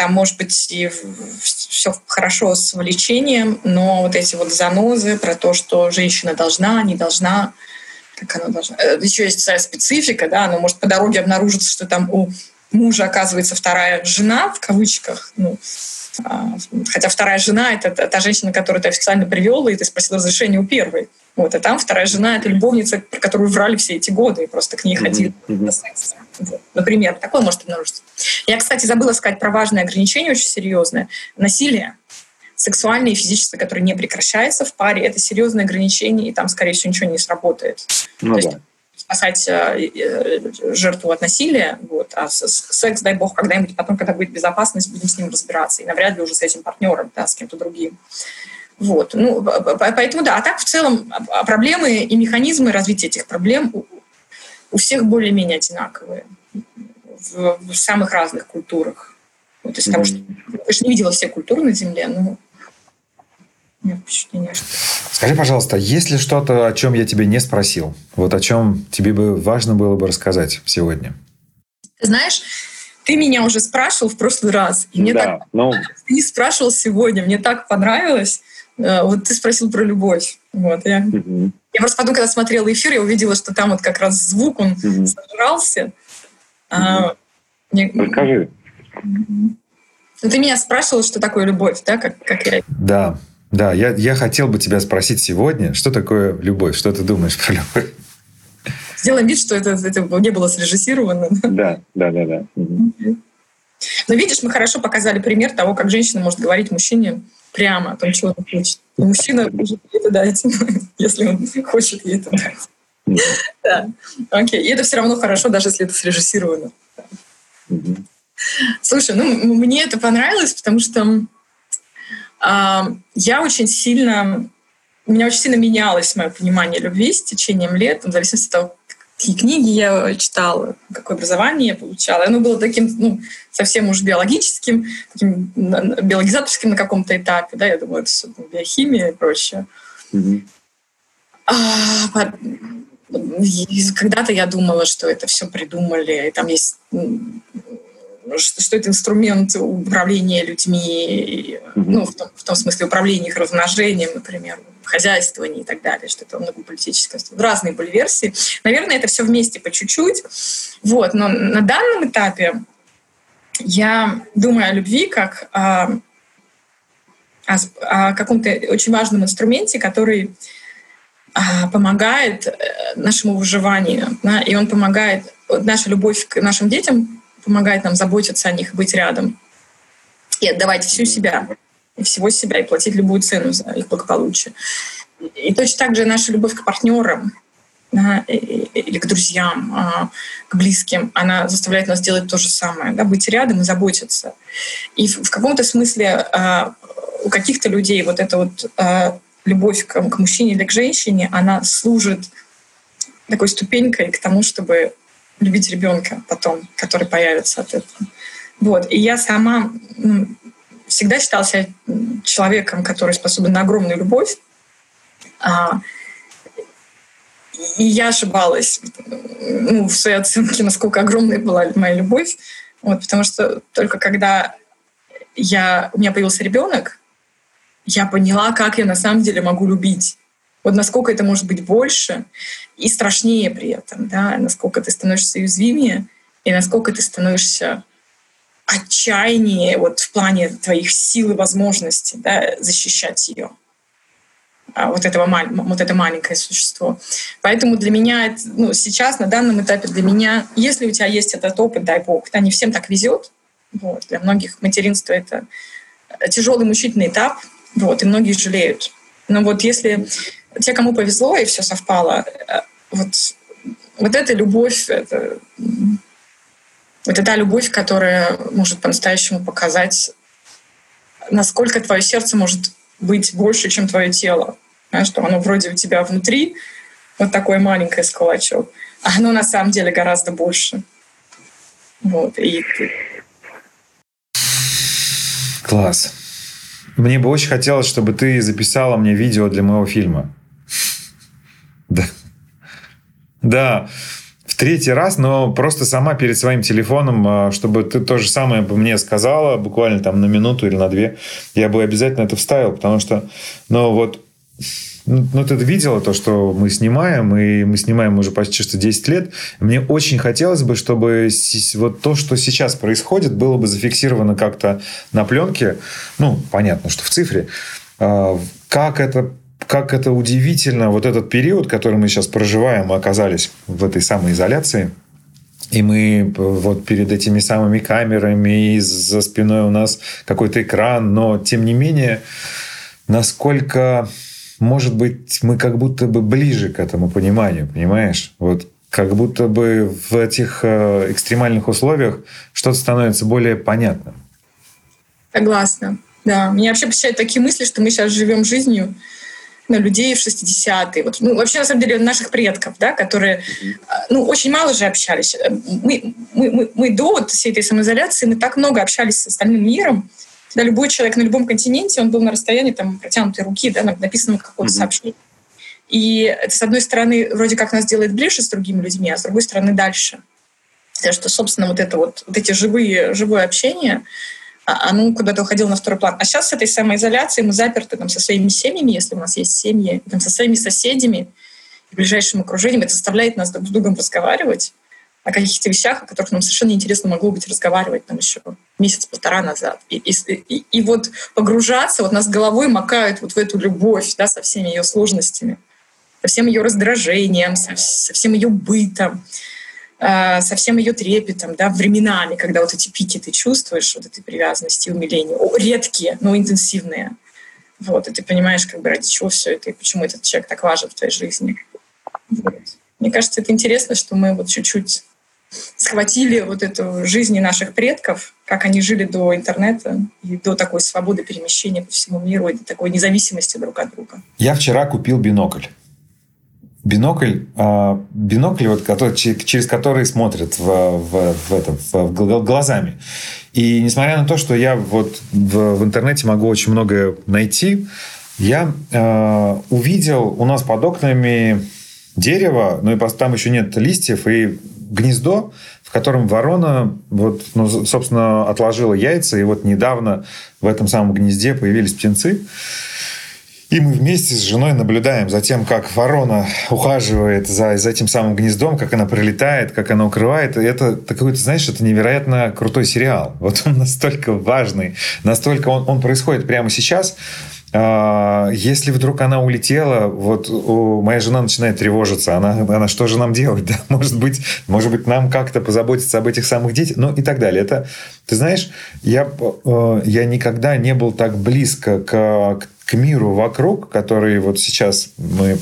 там, может быть, и все хорошо с влечением, но вот эти вот занозы про то, что женщина должна, не должна, как она должна. Еще есть своя специфика, да, она может по дороге обнаружиться, что там у мужа оказывается вторая жена, в кавычках, ну, хотя вторая жена — это та женщина, которую ты официально привел, и ты спросил разрешения у первой. Вот, а там вторая жена — это любовница, про которую врали все эти годы, и просто к ней ходили на секс. Вот. Например, такое может обнаружиться. Я, кстати, забыла сказать про важное ограничение, очень серьезное. Насилие сексуальное и физическое, которое не прекращается в паре, это серьезное ограничение, и там, скорее всего, ничего не сработает. Ну, То да. есть спасать жертву от насилия, вот, а секс, дай бог, когда-нибудь потом, когда будет безопасность, будем с ним разбираться. И навряд ли уже с этим партнером, да, с кем-то другим. Вот. Ну, поэтому, да, а так в целом проблемы и механизмы развития этих проблем у, у всех более-менее одинаковые в, в самых разных культурах. Вот из mm-hmm. того, что я, конечно, не видела все культуры на Земле, но у меня впечатление, что... Скажи, пожалуйста, есть ли что-то, о чем я тебе не спросил? Вот о чем тебе бы важно было бы рассказать сегодня? Ты знаешь, ты меня уже спрашивал в прошлый раз. И мне да, так... ну... Ты не спрашивал сегодня. Мне так понравилось. Вот ты спросил про любовь. Вот, я... Mm-hmm. я просто потом, когда смотрела эфир, я увидела, что там вот как раз звук, он mm-hmm. сожрался. Mm-hmm. А, мне... Расскажи. Mm-hmm. Ну, ты меня спрашивал, что такое любовь, да? Как, как я... Да, да. Я, я хотел бы тебя спросить сегодня, что такое любовь? Что ты думаешь про любовь? Сделаем вид, что это, это не было срежиссировано. Да, да, да, да. Mm-hmm. Но видишь, мы хорошо показали пример того, как женщина может говорить мужчине прямо о том, чего он хочет. И мужчина может ей это дать, если он хочет ей это дать. Да. Окей. И это все равно хорошо, даже если это срежиссировано. Слушай, ну мне это понравилось, потому что а, я очень сильно... У меня очень сильно менялось мое понимание любви с течением лет, в зависимости от того, какие книги я читала, какое образование я получала. Оно было таким, ну, совсем уж биологическим, таким биологизаторским на каком-то этапе. Да? Я думаю, это все биохимия и прочее. Mm-hmm. А, когда-то я думала, что это все придумали, и там есть... Что, что это инструмент управления людьми, mm-hmm. ну, в том, в том смысле управления их размножением, например, хозяйствование и так далее, что это многополитическое. Разные были версии. Наверное, это все вместе по чуть-чуть. Вот. Но на данном этапе я думаю о любви как о, о, о каком-то очень важном инструменте, который а, помогает нашему выживанию. Да? И он помогает, наша любовь к нашим детям помогает нам заботиться о них, быть рядом и отдавать всю себя, и всего себя, и платить любую цену за их благополучие. И точно так же наша любовь к партнерам, да, или к друзьям, к близким, она заставляет нас делать то же самое, да, быть рядом и заботиться. И в каком-то смысле у каких-то людей вот эта вот любовь к мужчине или к женщине, она служит такой ступенькой к тому, чтобы любить ребенка потом, который появится от этого. Вот. И я сама ну, всегда считала себя человеком, который способен на огромную любовь. А, и я ошибалась ну, в своей оценке, насколько огромной была моя любовь. Вот, потому что только когда я, у меня появился ребенок, я поняла, как я на самом деле могу любить. Вот насколько это может быть больше и страшнее при этом, да, насколько ты становишься уязвимее и насколько ты становишься отчаяннее вот в плане твоих сил и возможностей, да, защищать ее. Вот, этого, вот это маленькое существо. Поэтому для меня, ну, сейчас, на данном этапе для меня, если у тебя есть этот опыт, дай бог, да, не всем так везет. Вот, для многих материнство — это тяжелый, мучительный этап, вот, и многие жалеют. Но вот если те, кому повезло и все совпало, вот, вот эта любовь, это, это та любовь, которая может по-настоящему показать, насколько твое сердце может быть больше, чем твое тело. Знаешь, что оно вроде у тебя внутри, вот такое маленькое с кулачок, а оно на самом деле гораздо больше. Вот, и... Класс. Мне бы очень хотелось, чтобы ты записала мне видео для моего фильма. Да. Да. в третий раз, но просто сама перед своим телефоном, чтобы ты то же самое бы мне сказала, буквально там на минуту или на две, я бы обязательно это вставил, потому что, ну вот, ну ты видела то, что мы снимаем, и мы снимаем уже почти что десять лет. Мне очень хотелось бы, чтобы вот то, что сейчас происходит, было бы зафиксировано как-то на пленке, ну, понятно, что в цифре, как это Как это удивительно, вот этот период, который мы сейчас проживаем, мы оказались в этой самой изоляции, и мы вот перед этими самыми камерами, и за спиной у нас какой-то экран, но тем не менее, насколько, может быть, мы как будто бы ближе к этому пониманию, понимаешь? Вот как будто бы в этих экстремальных условиях что-то становится более понятным. Согласна, да. Меня вообще посещают такие мысли, что мы сейчас живем жизнью на людей в шестидесятые. Вот, ну, вообще, на самом деле, наших предков, да, которые ну, очень мало же общались. Мы, мы, мы, мы до вот всей этой самоизоляции мы так много общались с остальным миром, когда любой человек на любом континенте, он был на расстоянии там, протянутой руки, да, написанного какого-то mm-hmm. сообщения. И это, с одной стороны, вроде как нас делает ближе с другими людьми, а с другой стороны, дальше. Потому что, собственно, вот, это вот, вот эти живые, живое общение, оно куда-то уходило на второй план. А сейчас с этой самоизоляцией мы заперты там, со своими семьями, если у нас есть семьи, там, со своими соседями, ближайшим окружением. Это заставляет нас друг с другом разговаривать о каких-то вещах, о которых нам совершенно неинтересно могло быть разговаривать там, еще месяц-полтора назад. И, и, и, и вот погружаться, вот нас головой макают вот в эту любовь, да, со всеми ее сложностями, со всем ее раздражением, со, со всем ее бытом, со всем ее трепетом, да, временами, когда вот эти пики ты чувствуешь, вот этой привязанности и умиления, О, редкие, но интенсивные. Вот, и ты понимаешь, как бы ради чего все это, и почему этот человек так важен в твоей жизни. Вот. Мне кажется, это интересно, что мы вот чуть-чуть схватили вот эту жизнь наших предков, как они жили до интернета и до такой свободы перемещения по всему миру, и до такой независимости друг от друга. Я вчера купил бинокль. Бинокль, э, бинокль вот, который, через который смотрят в, в, в это, в, в, глазами. И несмотря на то, что я вот в, в интернете могу очень многое найти, я э, увидел у нас под окнами дерево, ну и там еще нет листьев, и гнездо, в котором ворона, вот, ну, собственно, отложила яйца, и вот недавно в этом самом гнезде появились птенцы. И мы вместе с женой наблюдаем за тем, как ворона ухаживает за, за этим самым гнездом, как она прилетает, как она укрывает. И это какой-то, знаешь, это невероятно крутой сериал. Вот он настолько важный, настолько он, он происходит прямо сейчас. Если вдруг она улетела, вот моя жена начинает тревожиться. Она, она что же нам делать? Да? Может быть, может быть, нам как-то позаботиться об этих самых детях? Ну и так далее. Это, ты знаешь, я, я никогда не был так близко к, к миру вокруг, который вот сейчас мы...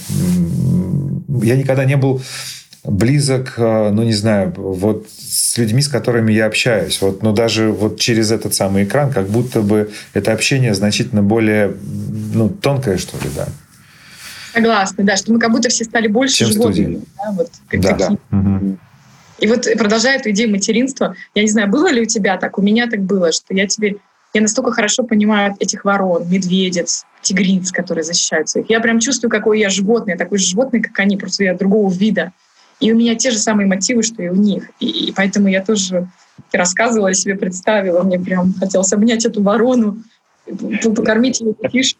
Я никогда не был близок, ну не знаю, вот с людьми, с которыми я общаюсь. Вот, но даже вот через этот самый экран, как будто бы это общение значительно более, ну, тонкое, что ли, да. Согласна, да, что мы как будто все стали больше чем животными. Да, вот, как да. да. Угу. И вот продолжая эту идею материнства, я не знаю, было ли у тебя так, у меня так было, что я теперь, я настолько хорошо понимаю этих ворон, медведец, тигриц, которые защищают своих. Я прям чувствую, какое я животное, такое же животное, как они, просто я другого вида. И у меня те же самые мотивы, что и у них. И, и поэтому я тоже рассказывала, себе представила. Мне прям хотелось обнять эту ворону, покормить ее тише.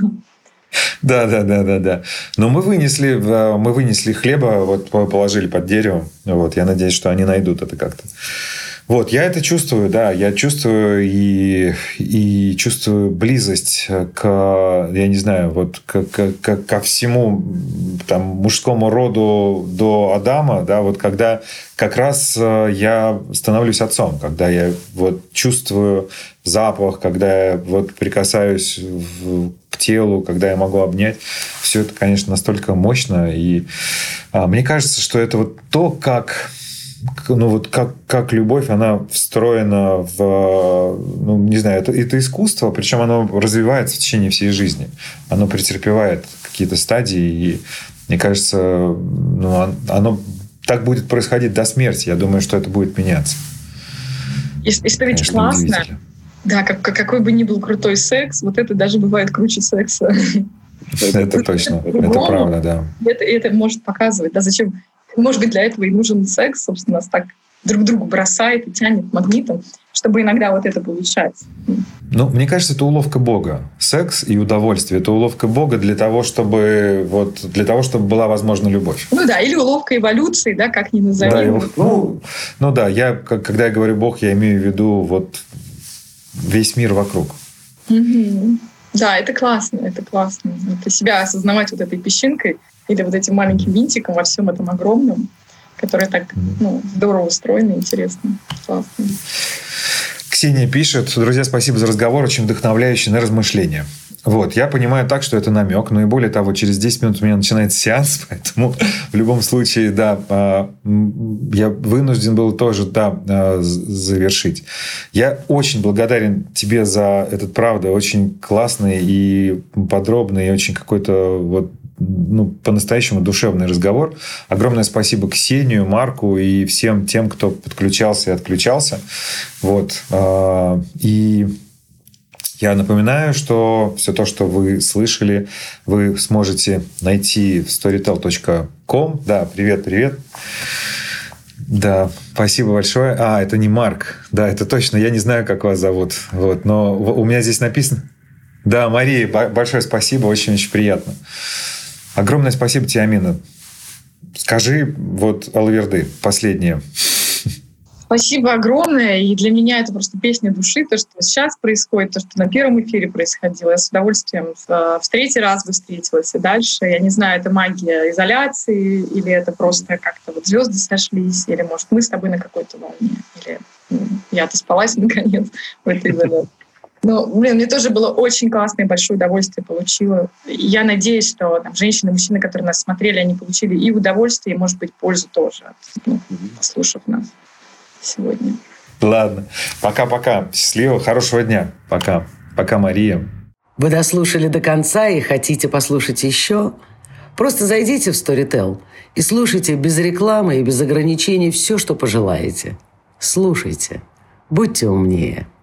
Да, да, да, да, да. Но мы вынесли, мы вынесли хлеба, вот положили под дерево. Вот, я надеюсь, что они найдут это как-то. Вот, я это чувствую, да, я чувствую и, и чувствую близость к, я не знаю, вот к, к, ко всему там, мужскому роду до Адама, да, вот когда как раз я становлюсь отцом, когда я вот чувствую запах, когда я вот прикасаюсь в, к телу, когда я могу обнять, все это, конечно, настолько мощно, и а, мне кажется, что это вот то, как ну вот как, как любовь, она встроена в, ну, не знаю, это, это искусство, причем оно развивается в течение всей жизни. Оно претерпевает какие-то стадии, и мне кажется, ну, оно так будет происходить до смерти. Я думаю, что это будет меняться. И, и что ведь классно. Да, как, какой бы ни был крутой секс, вот это даже бывает круче секса. Это точно, это правда, да. Это может показывать, да, зачем... Может быть, для этого и нужен секс, собственно, нас так друг к другу бросает и тянет магнитом, чтобы иногда вот это получать. Ну, мне кажется, это уловка Бога. Секс и удовольствие – это уловка Бога для того, чтобы, вот, для того, чтобы была возможна любовь. Ну да, или уловка эволюции, да, как ни назови. Да, его, ну, ну да, я, когда я говорю Бог, я имею в виду вот весь мир вокруг. Угу. Да, это классно, это классно. Это себя осознавать вот этой песчинкой или вот этим маленьким винтиком во всем этом огромном, который так ну, здорово устроен и интересно. Классно. Ксения пишет: друзья, спасибо за разговор, очень вдохновляющий на размышления. Вот, я понимаю так, что это намек, но и более того, через десять минут у меня начинается сеанс, поэтому в любом случае, да, я вынужден был тоже, да, завершить. Я очень благодарен тебе за этот, правда, очень классный и подробный, и очень какой-то вот ну, по-настоящему душевный разговор. Огромное спасибо Ксению, Марку и всем тем, кто подключался и отключался. Вот. И я напоминаю, что все то, что вы слышали, вы сможете найти в storytel точка ком. Да, привет, привет. Да, спасибо большое. А, это не Марк. Да, это точно. Я не знаю, как вас зовут. Вот, но у меня здесь написано... Да, Мария, большое спасибо. Очень-очень приятно. Огромное спасибо тебе, Амина. Скажи, вот, алаверды, последнее. Спасибо огромное. И для меня это просто песня души. То, что сейчас происходит, то, что на первом эфире происходило. Я с удовольствием в, в третий раз бы встретилась. И дальше, я не знаю, это магия изоляции, или это просто как-то вот звезды сошлись, или, может, мы с тобой на какой-то волне. Или ну, я отоспалась, наконец, в этой изоляции. Ну, блин, мне тоже было очень классно и большое удовольствие получила. Я надеюсь, что там, женщины, мужчины, которые нас смотрели, они получили и удовольствие, и, может быть, пользу тоже, ну, послушав нас сегодня. Ладно. Пока-пока. Счастливо. Хорошего дня. Пока. Пока, Мария. Вы дослушали до конца и хотите послушать еще? Просто зайдите в Storytel и слушайте без рекламы и без ограничений все, что пожелаете. Слушайте. Будьте умнее.